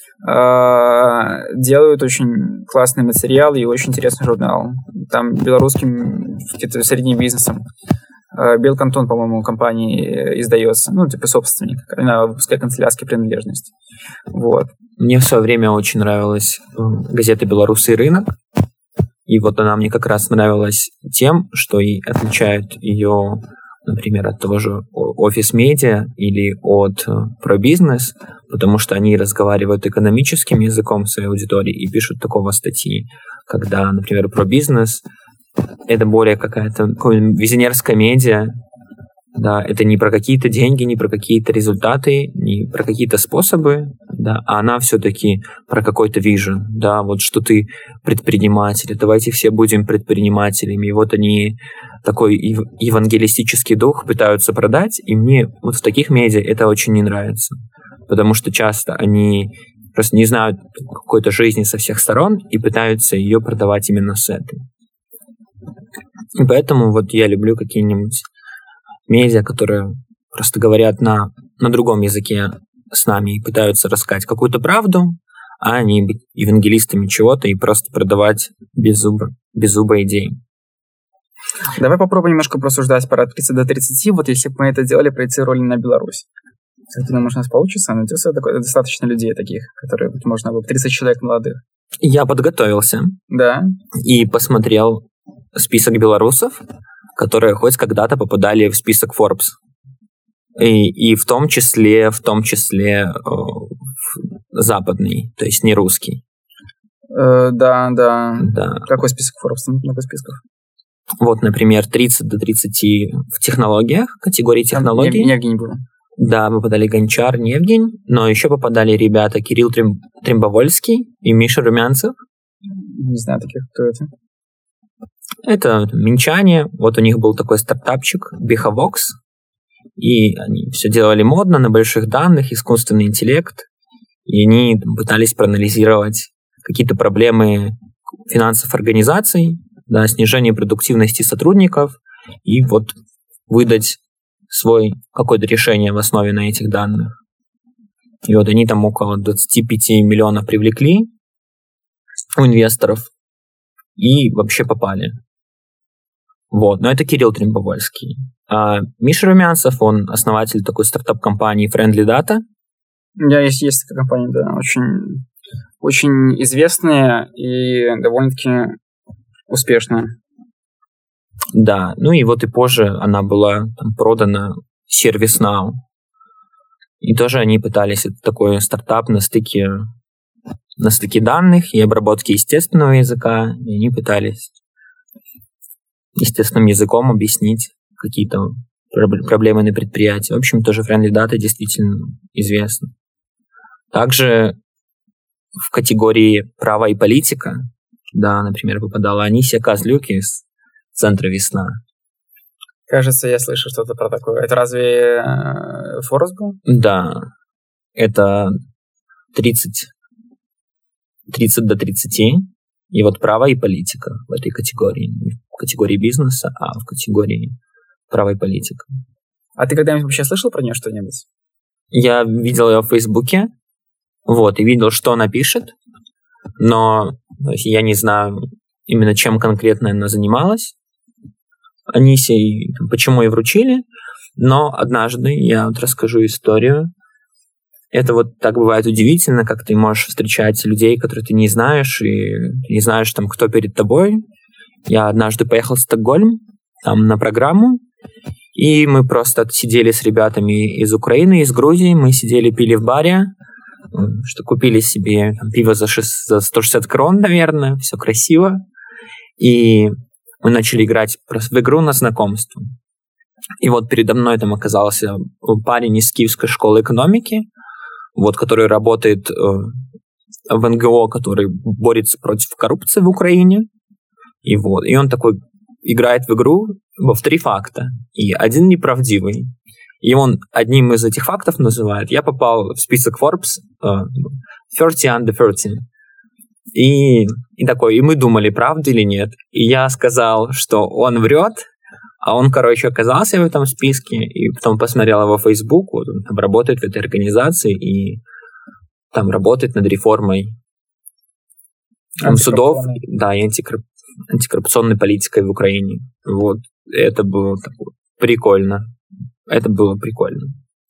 Speaker 1: делают очень классный материал и очень интересный журнал. Там белорусским где-то средним бизнесом. Белкантон, по-моему, компании издается. Ну, типа собственник. Она выпускает канцелярские принадлежности. Вот.
Speaker 2: Мне в свое время очень нравилась газета «Белорусский рынок». И вот она мне как раз нравилась тем, что и отличает ее, например, от того же Office Media или от ProBusiness, потому что они разговаривают экономическим языком своей аудитории и пишут такого статьи, когда, например, ProBusiness — это более какая-то визионерская медиа, да, это не про какие-то деньги, не про какие-то результаты, не про какие-то способы, да, а она все-таки про какой-то вижен, да, вот что ты предприниматель, давайте все будем предпринимателями, и вот они такой евангелистический дух пытаются продать, и мне вот в таких медиа это очень не нравится, потому что часто они просто не знают какой-то жизни со всех сторон и пытаются ее продавать именно с этой. И поэтому вот я люблю какие-нибудь медиа, которые просто говорят на, на другом языке с нами и пытаются рассказать какую-то правду, а не быть евангелистами чего-то и просто продавать беззубо, беззубо идеи.
Speaker 1: Давай попробуем немножко просуждать про от тридцати до тридцати. Вот если бы мы это делали, проецировали на Беларусь. Как ты думаешь, у нас получится? Найдется достаточно людей таких, которые, можно было, тридцать человек молодых.
Speaker 2: Я подготовился.
Speaker 1: Да.
Speaker 2: И посмотрел список белорусов, которые хоть когда-то попадали в список Forbes. И, и в том числе, в том числе западный, то есть не русский.
Speaker 1: Э, да, да.
Speaker 2: Да.
Speaker 1: Какой список Forbes? Много списков.
Speaker 2: Вот, например, тридцать до тридцати в технологиях, категории технологий.
Speaker 1: Там не Евгений был.
Speaker 2: Да, попадали Гончар, Невгень, но еще попадали ребята Кирилл Трем... Трембовольский и Миша Румянцев.
Speaker 1: Не знаю таких, кто это.
Speaker 2: Это минчане. Вот у них был такой стартапчик Bihavox, и они все делали модно на больших данных, искусственный интеллект, и они пытались проанализировать какие-то проблемы финансов организаций, да, снижение продуктивности сотрудников, и вот выдать свой какое-то решение в основе на этих данных. И вот они там около двадцать пять миллионов привлекли у инвесторов и вообще попали. Вот, но это Кирилл Трембовольский. А Миша Румянцев, он основатель такой стартап-компании Friendly Data.
Speaker 1: У меня есть, есть такая компания, да, очень, очень известная и довольно-таки успешная.
Speaker 2: Да, ну и вот и позже она была там продана ServiceNow. И тоже они пытались, это такой стартап на стыке, на стыке данных и обработки естественного языка, и они пытались естественным языком объяснить какие-то проблемы на предприятии. В общем, тоже Friendly Data действительно известна. Также в категории право и политика, да, например, попадала Анисия Козлюк из Центра «Весна».
Speaker 1: Кажется, я слышу что-то про такое. Это разве Форбс был?
Speaker 2: Да. Это тридцать, тридцать до тридцати. И вот право и политика в этой категории. Не в категории бизнеса, а в категории право и политика.
Speaker 1: А ты когда-нибудь вообще слышал про нее что-нибудь?
Speaker 2: Я видел ее в Фейсбуке. Вот, и видел, что она пишет. Но я не знаю именно, чем конкретно она занималась. Анисей, почему ей вручили. Но однажды я вот расскажу историю. Это вот так бывает удивительно, как ты можешь встречать людей, которых ты не знаешь, и не знаешь, там, кто перед тобой. Я однажды поехал в Стокгольм, там, на программу, и мы просто сидели с ребятами из Украины, из Грузии, мы сидели, пили в баре, что купили себе там, пиво за, шесть, за сто шестьдесят крон, наверное, все красиво, и мы начали играть просто в игру на знакомство. И вот передо мной там оказался парень из Киевской школы экономики, вот, который работает э, в эн гэ о, который борется против коррупции в Украине. И вот, и он такой играет в игру в три факта, и один неправдивый. И он одним из этих фактов называет: я попал в список Forbes э, тридцать under тридцать. И, и такой, и мы думали, правда или нет. И я сказал, что он врет, а он, короче, оказался в этом списке, и потом посмотрел его в Facebook, вот он там работает в этой организации, и там работает над реформой там, судов, да, и антикорруп... антикоррупционной политикой в Украине. Вот, это было такое прикольно. Это было прикольно.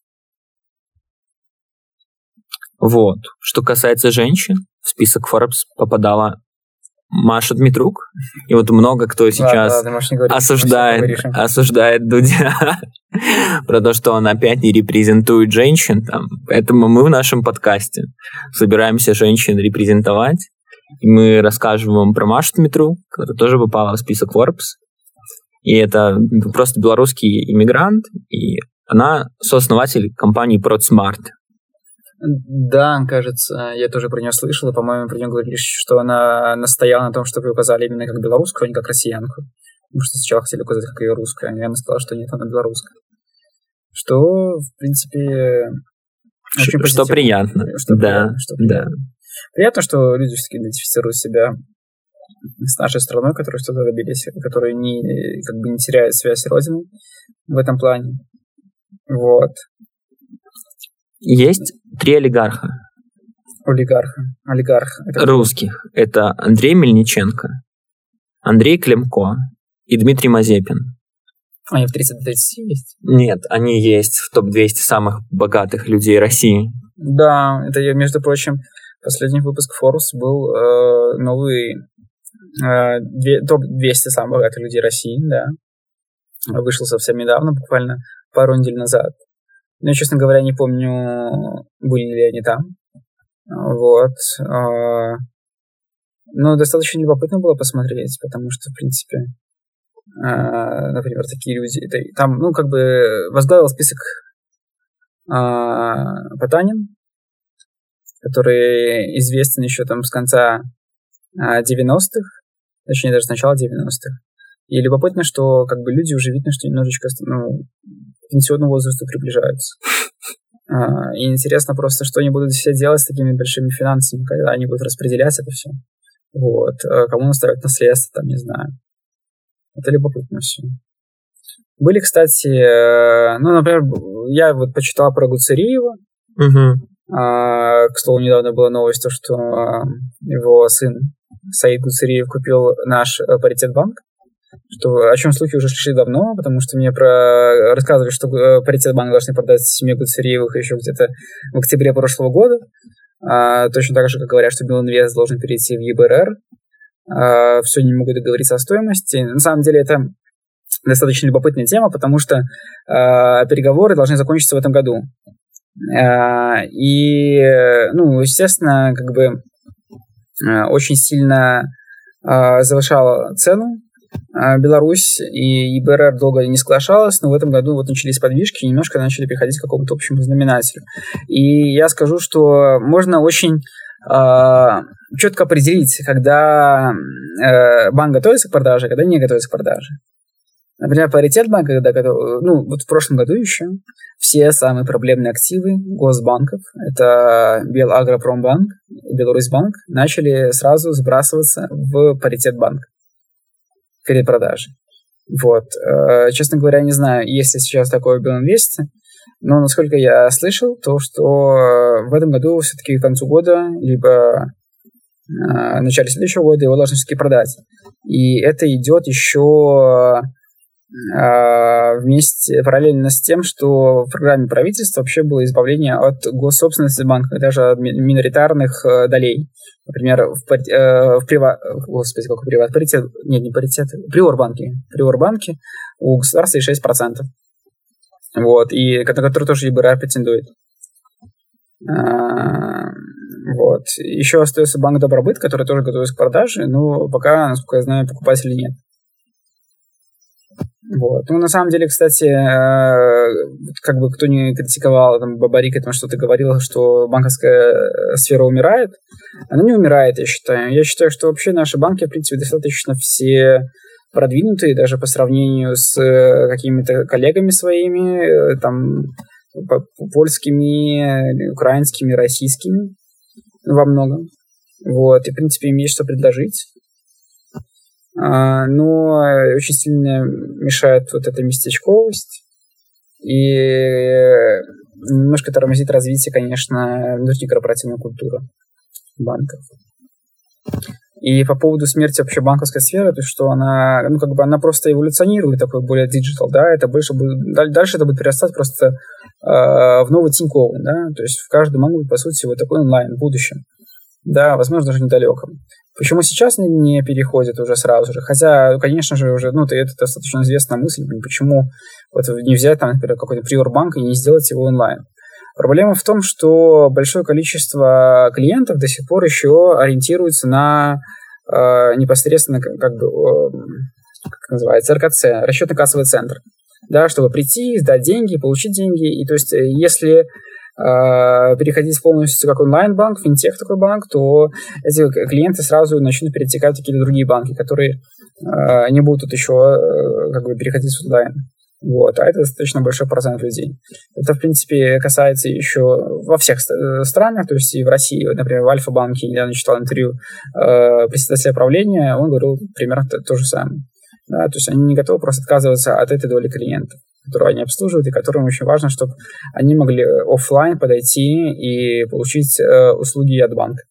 Speaker 2: Вот. Что касается женщин, в список Forbes попадала Маша Дмитрук. И вот много кто сейчас
Speaker 1: ладно, ладно, говорить,
Speaker 2: осуждает, осуждает Дудя про то, что он опять не репрезентует женщин. Там. Поэтому мы в нашем подкасте собираемся женщин репрезентовать. И мы расскажем вам про Машу Дмитрук, которая тоже попала в список Forbes. И это просто белорусский иммигрант. И она сооснователь компании ProdSmart.
Speaker 1: Да, кажется, я тоже про нее слышал, и, по-моему, про нее говорили, что она настояла на том, чтобы ее указали именно как белорусскую, а не как россиянку. Потому что сначала хотели указать как ее русскую, а я им сказал, что нет, она белорусская. Что, в принципе, очень
Speaker 2: Ш- Что приятно.
Speaker 1: Что
Speaker 2: да,
Speaker 1: приятно, что приятно.
Speaker 2: да.
Speaker 1: Приятно, что люди все-таки идентифицируют себя с нашей страной, которые что-то добились, которые не, как бы не теряют связь с Родиной в этом плане. Вот.
Speaker 2: Есть три олигарха.
Speaker 1: Олигарха. Олигарх.
Speaker 2: Это русских. Это Андрей Мельниченко, Андрей Климко и Дмитрий Мазепин.
Speaker 1: Они в тридцать тридцать есть?
Speaker 2: Нет, они есть в топ двести самых богатых людей России.
Speaker 1: Да, это, между прочим, последний выпуск Forbes был э, новый э, две, топ двести самых богатых людей России, да. Вышел совсем недавно, буквально пару недель назад. Но я, честно говоря, не помню, были ли они там. Вот. Но достаточно любопытно было посмотреть, потому что, в принципе, например, такие люди... Там, ну, как бы возглавил список Потанин, который известен еще там с конца девяностых, точнее, даже с начала девяностых. И любопытно, что как бы люди уже видно, что немножечко ну, к пенсионному возрасту приближаются. И интересно просто, что они будут все делать с такими большими финансами, когда они будут распределять это все. Вот. Кому наставят наследство, там, не знаю. Это любопытно все. Были, кстати, ну, например, я вот почитал про Гуцериева.
Speaker 2: Угу.
Speaker 1: А, к слову, недавно была новость, то, что а, его сын Саид Гуцериев купил наш а, Паритетбанк. Что, о чем слухи уже шли давно, потому что мне про... рассказывали, что Паритетбанк должны продать семье Гуцериевых еще где-то в октябре прошлого года. А, точно так же, как говорят, что Белинвест должен перейти в ЕБРР. А, все не могут договориться о стоимости. На самом деле это достаточно любопытная тема, потому что а, переговоры должны закончиться в этом году. А, и, ну, естественно, как бы а, очень сильно а, завышала цену Беларусь, и ЕБРР долго не соглашалась, но в этом году вот начались подвижки и немножко начали переходить к какому-то общему знаменателю. И я скажу, что можно очень э, четко определить, когда э, банк готовится к продаже, а когда не готовится к продаже. Например, Паритетбанк, когда готов, ну, вот в прошлом году еще все самые проблемные активы госбанков, это Белагропромбанк, Беларусьбанк, начали сразу сбрасываться в Паритетбанк перед продажей. Вот. Честно говоря, не знаю, есть ли сейчас такое в Белинвесте, но насколько я слышал, то, что в этом году все-таки к концу года, либо в начале следующего года его должны все-таки продать. И это идет еще вместе, параллельно с тем, что в программе правительства вообще было избавление от госсобственности банка, даже от миноритарных долей. Например, в, э, в приват... Господи, какой приват? Паритет... Нет, не паритет. Приорбанке. Приорбанке у государства есть шесть процентов. Вот. И на который тоже ЕБРР претендует. А, вот. Еще остается банк Добробыт, который тоже готовится к продаже, но пока, насколько я знаю, покупателей нет. Вот. Ну, на самом деле, кстати, как бы кто не критиковал, там, Бабарик там что-то говорил, что банковская сфера умирает, она не умирает, я считаю. Я считаю, что вообще наши банки, в принципе, достаточно все продвинутые, даже по сравнению с какими-то коллегами своими, там, польскими, украинскими, российскими во многом. Вот. И, в принципе, им есть что предложить. Но очень сильно мешает вот эта местечковость и немножко тормозит развитие, конечно, внутрикорпоративной культуры банков. И по поводу смерти вообще банковской сферы, то что она, ну, как бы она просто эволюционирует, такой более диджитал, да, это больше будет, дальше это будет перерастать просто э, в новый Тинькофф, да, то есть в каждом банке, по сути, вот такой онлайн в будущем, да, возможно, даже недалеком. Почему сейчас не переходит уже сразу же? Хотя, конечно же, уже, ну, это достаточно известная мысль, почему вот не взять, там, например, какой-то приорбанк и не сделать его онлайн. Проблема в том, что большое количество клиентов до сих пор еще ориентируется на э, непосредственно, как, как бы, э, как называется, эр ка цэ, расчетно-кассовый центр, да, чтобы прийти, сдать деньги, получить деньги. И то есть, если переходить полностью как онлайн-банк, финтех такой банк, то эти клиенты сразу начнут перетекать в какие-то другие банки, которые э, не будут еще э, как бы переходить в онлайн. Вот. А это достаточно большой процент людей. Это, в принципе, касается еще во всех странах, то есть и в России, например, в Альфа-банке, я читал интервью э, председателя правления, он говорил примерно то, то же самое. Да, то есть они не готовы просто отказываться от этой доли клиентов, которую они обслуживают, и которым очень важно, чтобы они могли офлайн подойти и получить э, услуги от банка.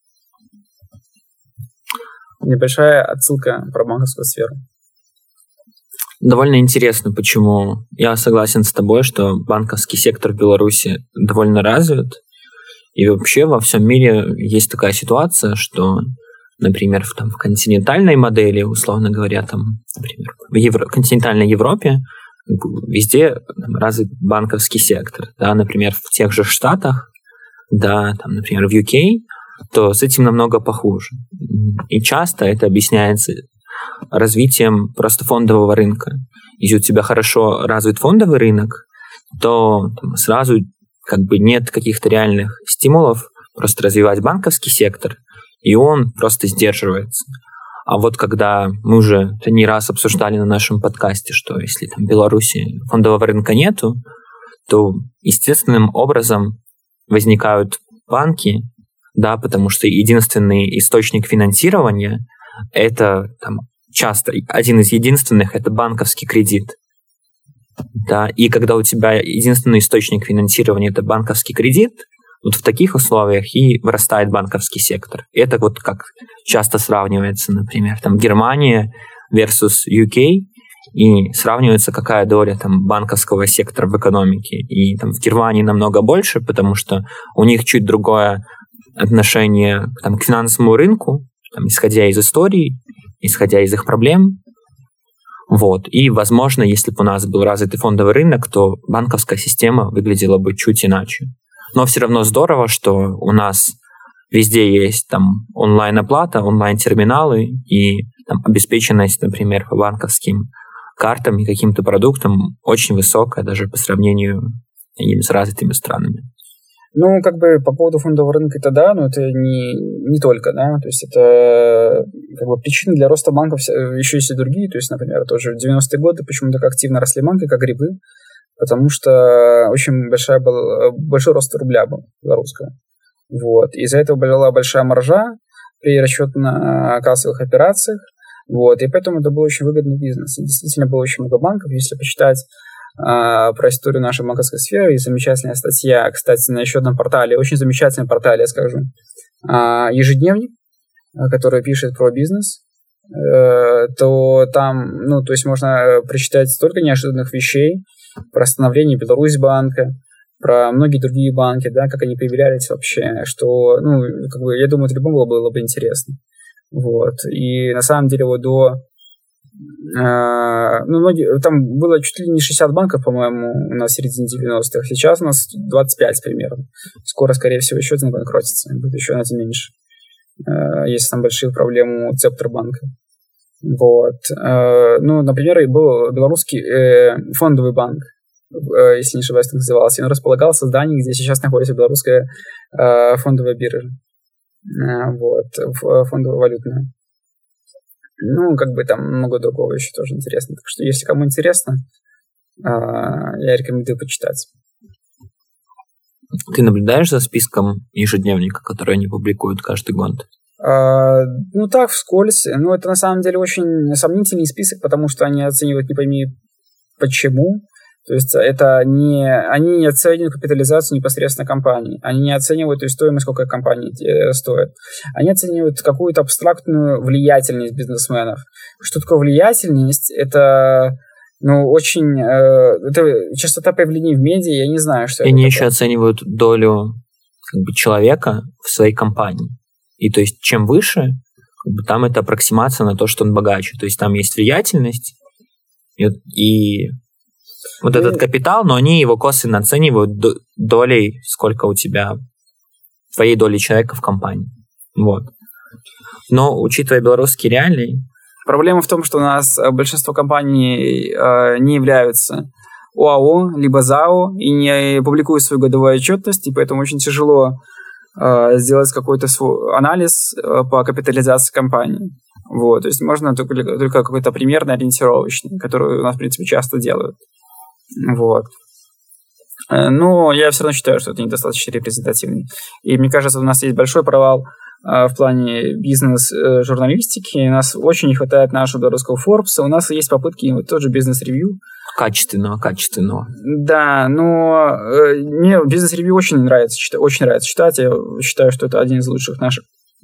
Speaker 1: Небольшая отсылка про банковскую сферу.
Speaker 2: Довольно интересно, почему. Я согласен с тобой, что банковский сектор в Беларуси довольно развит, и вообще во всем мире есть такая ситуация, что, например, в, там, в континентальной модели, условно говоря, там, например, в Евро... континентальной Европе везде там, развит банковский сектор. Да, например, в тех же Штатах, да, там, например, в ю кей то с этим намного похуже. И часто это объясняется развитием просто фондового рынка. Если у тебя хорошо развит фондовый рынок, то там, сразу как бы нет каких-то реальных стимулов просто развивать банковский сектор, и он просто сдерживается. А вот когда мы уже не раз обсуждали на нашем подкасте, что если там в Беларуси фондового рынка нету, то естественным образом возникают банки, да, потому что единственный источник финансирования – это там, часто один из единственных – это банковский кредит. Да, и когда у тебя единственный источник финансирования – это банковский кредит, вот в таких условиях и вырастает банковский сектор. Это вот как часто сравнивается, например, там Германия versus ю кей, и сравнивается, какая доля там банковского сектора в экономике. И там в Германии намного больше, потому что у них чуть другое отношение там, к финансовому рынку, там, исходя из истории, исходя из их проблем. Вот. И, возможно, если бы у нас был развитый фондовый рынок, то банковская система выглядела бы чуть иначе. Но все равно здорово, что у нас везде есть там онлайн-оплата, онлайн-терминалы и там, обеспеченность, например, по банковским картам и каким-то продуктам очень высокая, даже по сравнению с развитыми странами.
Speaker 1: Ну, как бы по поводу фондового рынка это да, но это не, не только, да, то есть это как бы причины для роста банков еще есть и другие, то есть, например, тоже в девяностые годы почему так активно росли банки, как грибы, потому что очень большая был, большой рост рубля был белорусского. Вот. Из-за этого была большая маржа при расчетно-кассовых операциях. Вот. И поэтому это был очень выгодный бизнес. И действительно было очень много банков. Если почитать а, про историю нашей банковской сферы, есть замечательная статья, кстати, на еще одном портале, очень замечательном портале, я скажу, а, «Ежедневник», который пишет про бизнес, то там, ну, то есть можно прочитать столько неожиданных вещей про становление Беларусьбанка, про многие другие банки, да, как они появлялись вообще, что, ну, как бы, я думаю, это любому было бы интересно. Вот. И на самом деле вот до... Э, ну, многие, там было чуть ли не шестьдесят банков, по-моему, у нас в середине девяностых. Сейчас у нас двадцать пять примерно. Скоро, скорее всего, еще один банкротится. Будет еще на это меньше. Э, есть там большие проблемы у Цептербанка. Вот. Э, ну, например, и был белорусский э, фондовый банк, э, если не ошибаюсь, так назывался. Он располагался в здании, где сейчас находится белорусская э, фондовая биржа. Э, вот. Фондово-валютная. Ну, как бы там много другого еще тоже интересно. Так что, если кому интересно, э, я рекомендую почитать.
Speaker 2: Ты наблюдаешь за списком ежедневника, который они публикуют каждый год?
Speaker 1: Uh, ну так, вскользь. Ну, это на самом деле очень сомнительный список, потому что они оценивают не пойми почему. То есть это не... Они не оценивают капитализацию непосредственно компании. Они не оценивают и стоимость, сколько компании стоит. Они оценивают какую-то абстрактную влиятельность бизнесменов. Что такое влиятельность? Это... Ну, очень... Э, это частота появления в медиа, я не знаю, что
Speaker 2: и
Speaker 1: это
Speaker 2: они
Speaker 1: такое.
Speaker 2: Еще оценивают долю как бы, человека в своей компании. И то есть, чем выше, как бы, там это аппроксимация на то, что он богаче. То есть, там есть влиятельность и, и вот ну, этот капитал, но они его косвенно оценивают долей, сколько у тебя, твоей доли человека в компании. Вот. Но, учитывая белорусские реалии...
Speaker 1: Проблема в том, что у нас большинство компаний э, не являются ОАО, либо ЗАО, и не публикуют свою годовую отчетность, и поэтому очень тяжело сделать какой-то свой анализ по капитализации компании. Вот. То есть можно только, только какой-то примерно ориентировочный, который у нас, в принципе, часто делают. Вот. Но я все равно считаю, что это недостаточно репрезентативный. И мне кажется, у нас есть большой провал в плане бизнес-журналистики. У нас очень не хватает нашего белорусского Forbes. У нас есть попытки, вот тот же бизнес-ревью.
Speaker 2: Качественного, качественного.
Speaker 1: Да, но э, мне бизнес-ревью очень нравится, читать, очень нравится читать. Я считаю, что это один из лучших наших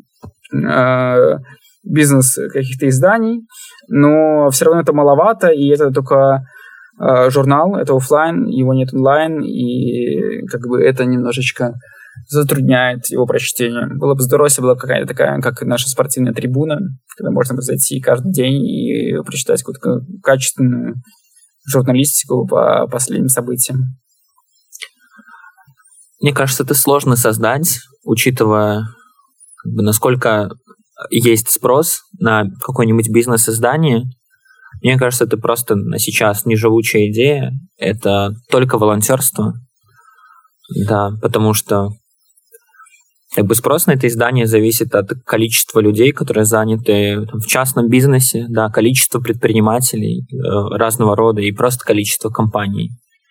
Speaker 1: э, бизнес каких-то изданий. Но все равно это маловато, и это только э, журнал, это офлайн, его нет онлайн, и как бы это немножечко затрудняет его прочтение. Было бы здорово, если была какая-то такая, как наша спортивная трибуна, когда можно зайти каждый день и прочитать какую-то качественную журналистику по последним событиям.
Speaker 2: Мне кажется, это сложно создать, учитывая насколько есть спрос на какое-нибудь бизнес-издание. Мне кажется, это просто на сейчас неживучая идея. Это только волонтерство. Да, потому что как бы спрос на это издание зависит от количества людей, которые заняты там, в частном бизнесе, да, количества предпринимателей э, разного рода и просто количество компаний.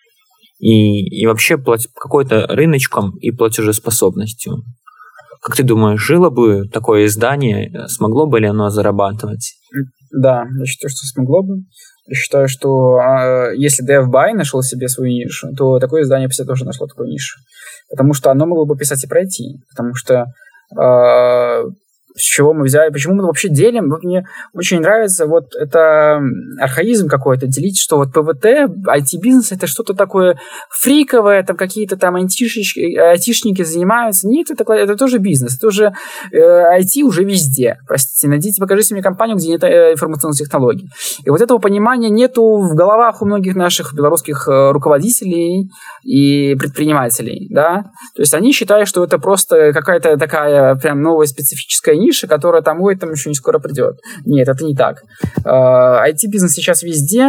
Speaker 2: И, и вообще плат... какой-то рыночком и платежеспособностью. Как ты думаешь, жило бы такое издание, смогло бы ли оно зарабатывать?
Speaker 1: Да, я считаю, что смогло бы. Я считаю, что э, если DevBuy нашел себе свою нишу, то такое издание все тоже нашло такую нишу. Потому что оно могло бы писать и пройти. Потому что э, с чего мы взяли, почему мы вообще делим? Вот мне очень нравится вот это архаизм какой-то, делить, что вот ПВТ, ай ти-бизнес это что-то такое фриковое, там какие-то там айтишники, айтишники занимаются. Нет, это, это тоже бизнес, это уже э, ай ти уже везде. Простите, найдите, покажите мне компанию, где нет э, информационных технологий. И вот этого понимания нету в головах у многих наших белорусских э, руководителей и предпринимателей, да. То есть они считают, что это просто какая-то такая прям новая специфическая ниша, которая там, ой, там еще не скоро придет. Нет, это не так. ай ти-бизнес сейчас везде,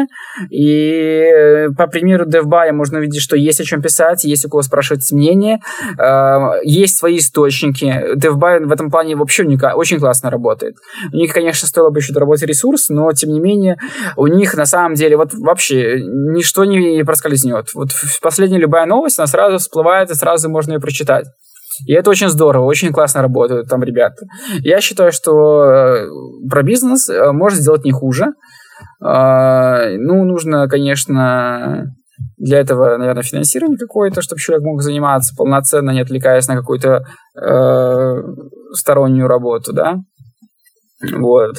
Speaker 1: и по примеру DevBuy можно увидеть, что есть о чем писать, есть у кого спрашивать мнение, есть свои источники. DevBuy в этом плане вообще очень классно работает. У них, конечно, стоило бы еще доработать ресурс, но, тем не менее, у них на самом деле вот вообще ничто не проскользнет. Вот последняя любая новость, она сразу всплывает, и сразу можно ее прочитать. И это очень здорово, очень классно работают там ребята. Я считаю, что э, про бизнес э, можно сделать не хуже. Э, ну, нужно, конечно, для этого, наверное, финансирование какое-то, чтобы человек мог заниматься полноценно, не отвлекаясь на какую-то э, стороннюю работу, да. Вот.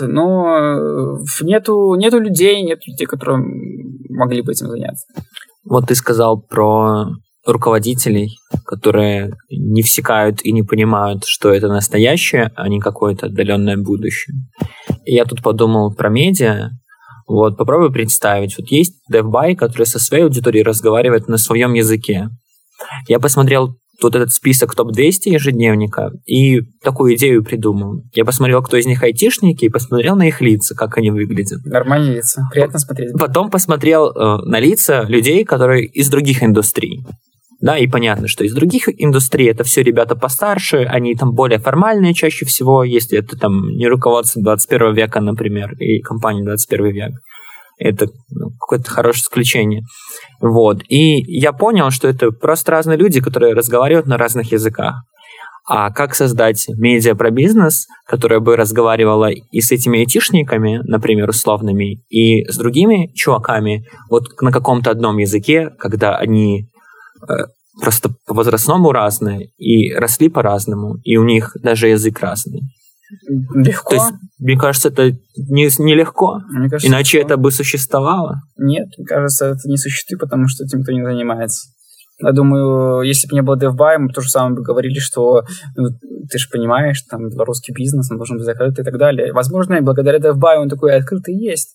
Speaker 1: Но нету, нету людей, нет людей, которые могли бы этим заняться.
Speaker 2: Вот ты сказал про руководителей, которые не всекают и не понимают, что это настоящее, а не какое-то отдаленное будущее. И я тут подумал про медиа. Вот, попробуй представить. Вот есть DevBuy, который со своей аудиторией разговаривает на своем языке. Я посмотрел тут этот список топ двести ежедневника и такую идею придумал. Я посмотрел, кто из них айтишники, и посмотрел на их лица, как они выглядят.
Speaker 1: Нормальные лица. Приятно смотреть.
Speaker 2: Потом посмотрел э, на лица людей, которые из других индустрий. Да, и понятно, что из других индустрий это все ребята постарше, они там более формальные чаще всего, если это там не руководство двадцать первого века, например, и компания двадцать первый век. Это ну, какое-то хорошее исключение. Вот. И я понял, что это просто разные люди, которые разговаривают на разных языках. А как создать медиа про бизнес, которая бы разговаривала и с этими айтишниками, например, условными, и с другими чуваками, вот на каком-то одном языке, когда они просто по возрастному разные, и росли по-разному, и у них даже язык разный.
Speaker 1: Легко.
Speaker 2: То есть, мне кажется, это не, не легко. Мне кажется, иначе легко. Это бы существовало.
Speaker 1: Нет, мне кажется, это не существует, потому что этим никто не занимается. Я думаю, если бы не было DevBuy, мы бы то же самое бы говорили, что ну, ты же понимаешь, там белорусский бизнес, он должен быть закрыт и так далее. Возможно, и благодаря DevBuy он такой открытый есть.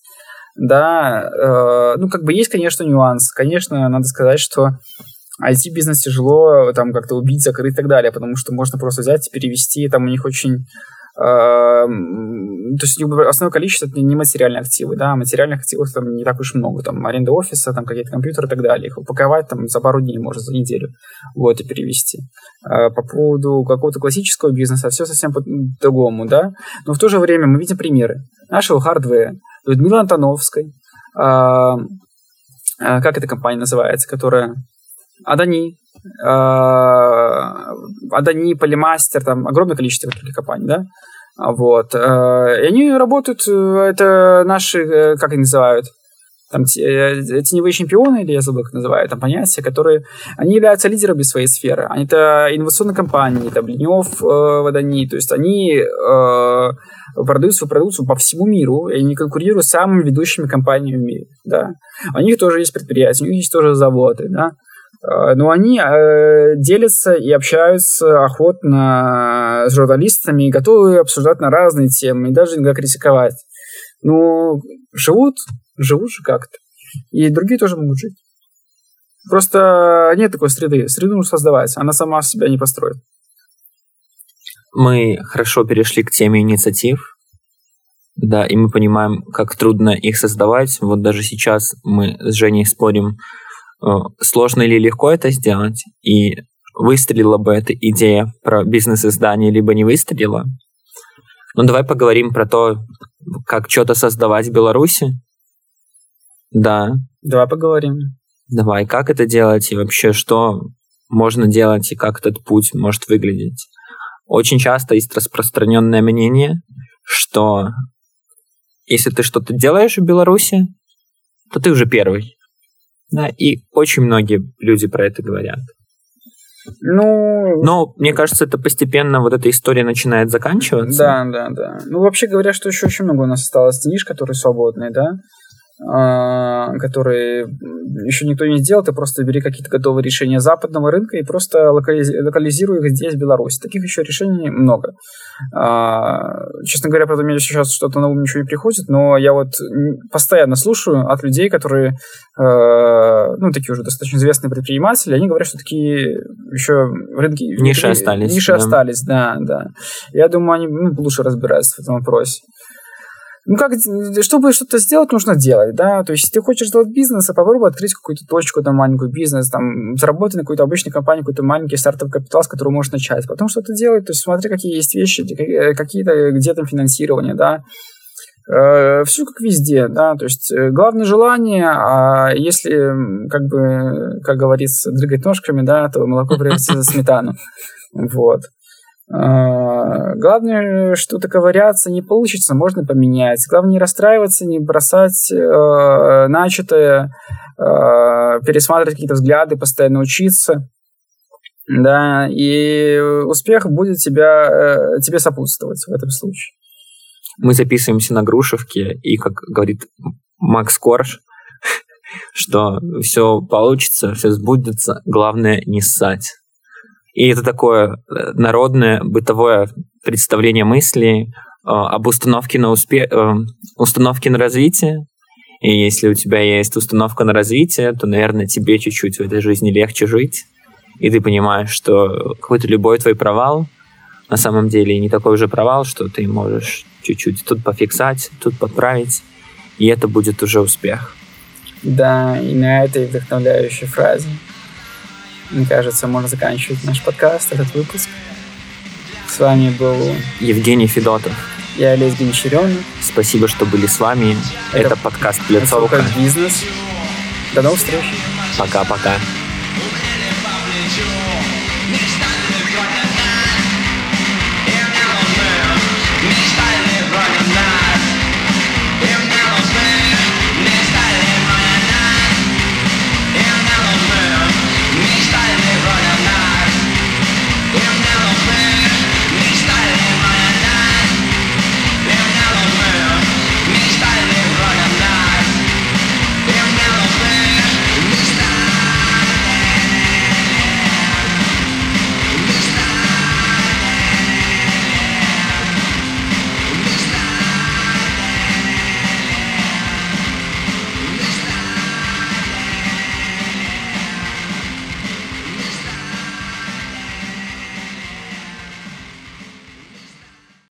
Speaker 1: Да, э, ну как бы есть, конечно, нюанс. Конечно, надо сказать, что ай ти-бизнес тяжело там как-то убить, закрыть и так далее, потому что можно просто взять и перевести, там у них очень... Э, то есть основное количество это не материальные активы, да, материальных активов там не так уж много, там аренда офиса, там какие-то компьютеры и так далее, их упаковать там за пару дней, может, за неделю, вот, и перевести. Э, по поводу какого-то классического бизнеса все совсем по-другому, да, но в то же время мы видим примеры нашего хардвера, Людмилы Антоновской, э, э, как эта компания называется, которая... Адани, э, Адани, Полимастер, там огромное количество таких компаний, да, вот, э, и они работают, это наши, как их называют, там теневые чемпионы, или я забыл, как называют, там понятия, которые, они являются лидерами своей сферы, они это инновационные компании, там, Ленев э, в Адани, то есть они э, продают свою продукцию по всему миру, и они конкурируют с самыми ведущими компаниями в мире, да, у них тоже есть предприятия, у них есть тоже заводы, да, но они э, делятся и общаются охотно с журналистами и готовы обсуждать на разные темы, и даже иногда критиковать. Ну, живут, живут же как-то. И другие тоже могут жить. Просто нет такой среды. Среду нужно создавать. Она сама себя не построит.
Speaker 2: мы хорошо перешли к теме инициатив, да, и мы понимаем, как трудно их создавать. Вот даже сейчас мы с Женей спорим, сложно или легко это сделать, и выстрелила бы эта идея про бизнес-издание, либо не выстрелила. Ну, давай поговорим про то, как что-то создавать в Беларуси. Да.
Speaker 1: Давай поговорим.
Speaker 2: Давай, как это делать и вообще, что можно делать и как этот путь может выглядеть. Очень часто есть распространенное мнение, что если ты что-то делаешь в Беларуси, то ты уже первый. Да, и очень многие люди про это говорят.
Speaker 1: Ну...
Speaker 2: Но, мне кажется, это постепенно вот эта история начинает заканчиваться.
Speaker 1: Да, да, да. Ну, вообще говоря, что еще очень много у нас осталось ниш, которые свободные, да, а, которые еще никто не сделал, ты просто бери какие-то готовые решения западного рынка и просто локализи- локализируй их здесь, в Беларуси. Таких еще решений много. А, честно говоря, правда, мне сейчас что-то на ум ничего не приходит, но я вот постоянно слушаю от людей, которые, э, ну, такие уже достаточно известные предприниматели, они говорят, что такие еще рынки...
Speaker 2: Ниши
Speaker 1: такие,
Speaker 2: остались.
Speaker 1: Ниши
Speaker 2: да.
Speaker 1: остались, да, да. Я думаю, они ну, лучше разбираются в этом вопросе. Ну, как, чтобы что-то сделать, нужно делать, да, то есть, если ты хочешь сделать бизнес, попробуй открыть какую-то точку, там, маленькую бизнес, там, заработай на какой-то обычной компании, какой-то маленький стартовый капитал, с которого можешь начать, потом что-то делать, то есть, смотри, какие есть вещи, какие-то, где там финансирование, да, э, все как везде, да, то есть, главное желание, а если, как бы, как говорится, дрыгать ножками, да, то молоко превратится в сметану, вот. Uh, главное, что-то ковыряться не получится, можно поменять. Главное не расстраиваться, не бросать uh, начатое, uh, пересматривать какие-то взгляды, постоянно учиться. Да, и успех будет тебя, uh, тебе сопутствовать в этом случае.
Speaker 2: Мы записываемся на Грушевке, и, как говорит Макс Корж, что все получится, все сбудется, главное не ссать. И это такое народное, бытовое представление мысли э, об установке на, успе... э, установке на развитие. И если у тебя есть установка на развитие, то, наверное, тебе чуть-чуть в этой жизни легче жить. И ты понимаешь, что какой-то любой твой провал на самом деле не такой уже провал, что ты можешь чуть-чуть тут пофиксать, тут подправить, и это будет уже успех.
Speaker 1: Да, и на этой вдохновляющей фразе, мне кажется, можно заканчивать наш подкаст, этот выпуск. С вами был
Speaker 2: Евгений Федотов.
Speaker 1: Я Олег Гончаренок.
Speaker 2: Спасибо, что были с вами. Это, Это подкаст «Пляцовка».
Speaker 1: «Бизнес». До новых встреч.
Speaker 2: Пока-пока.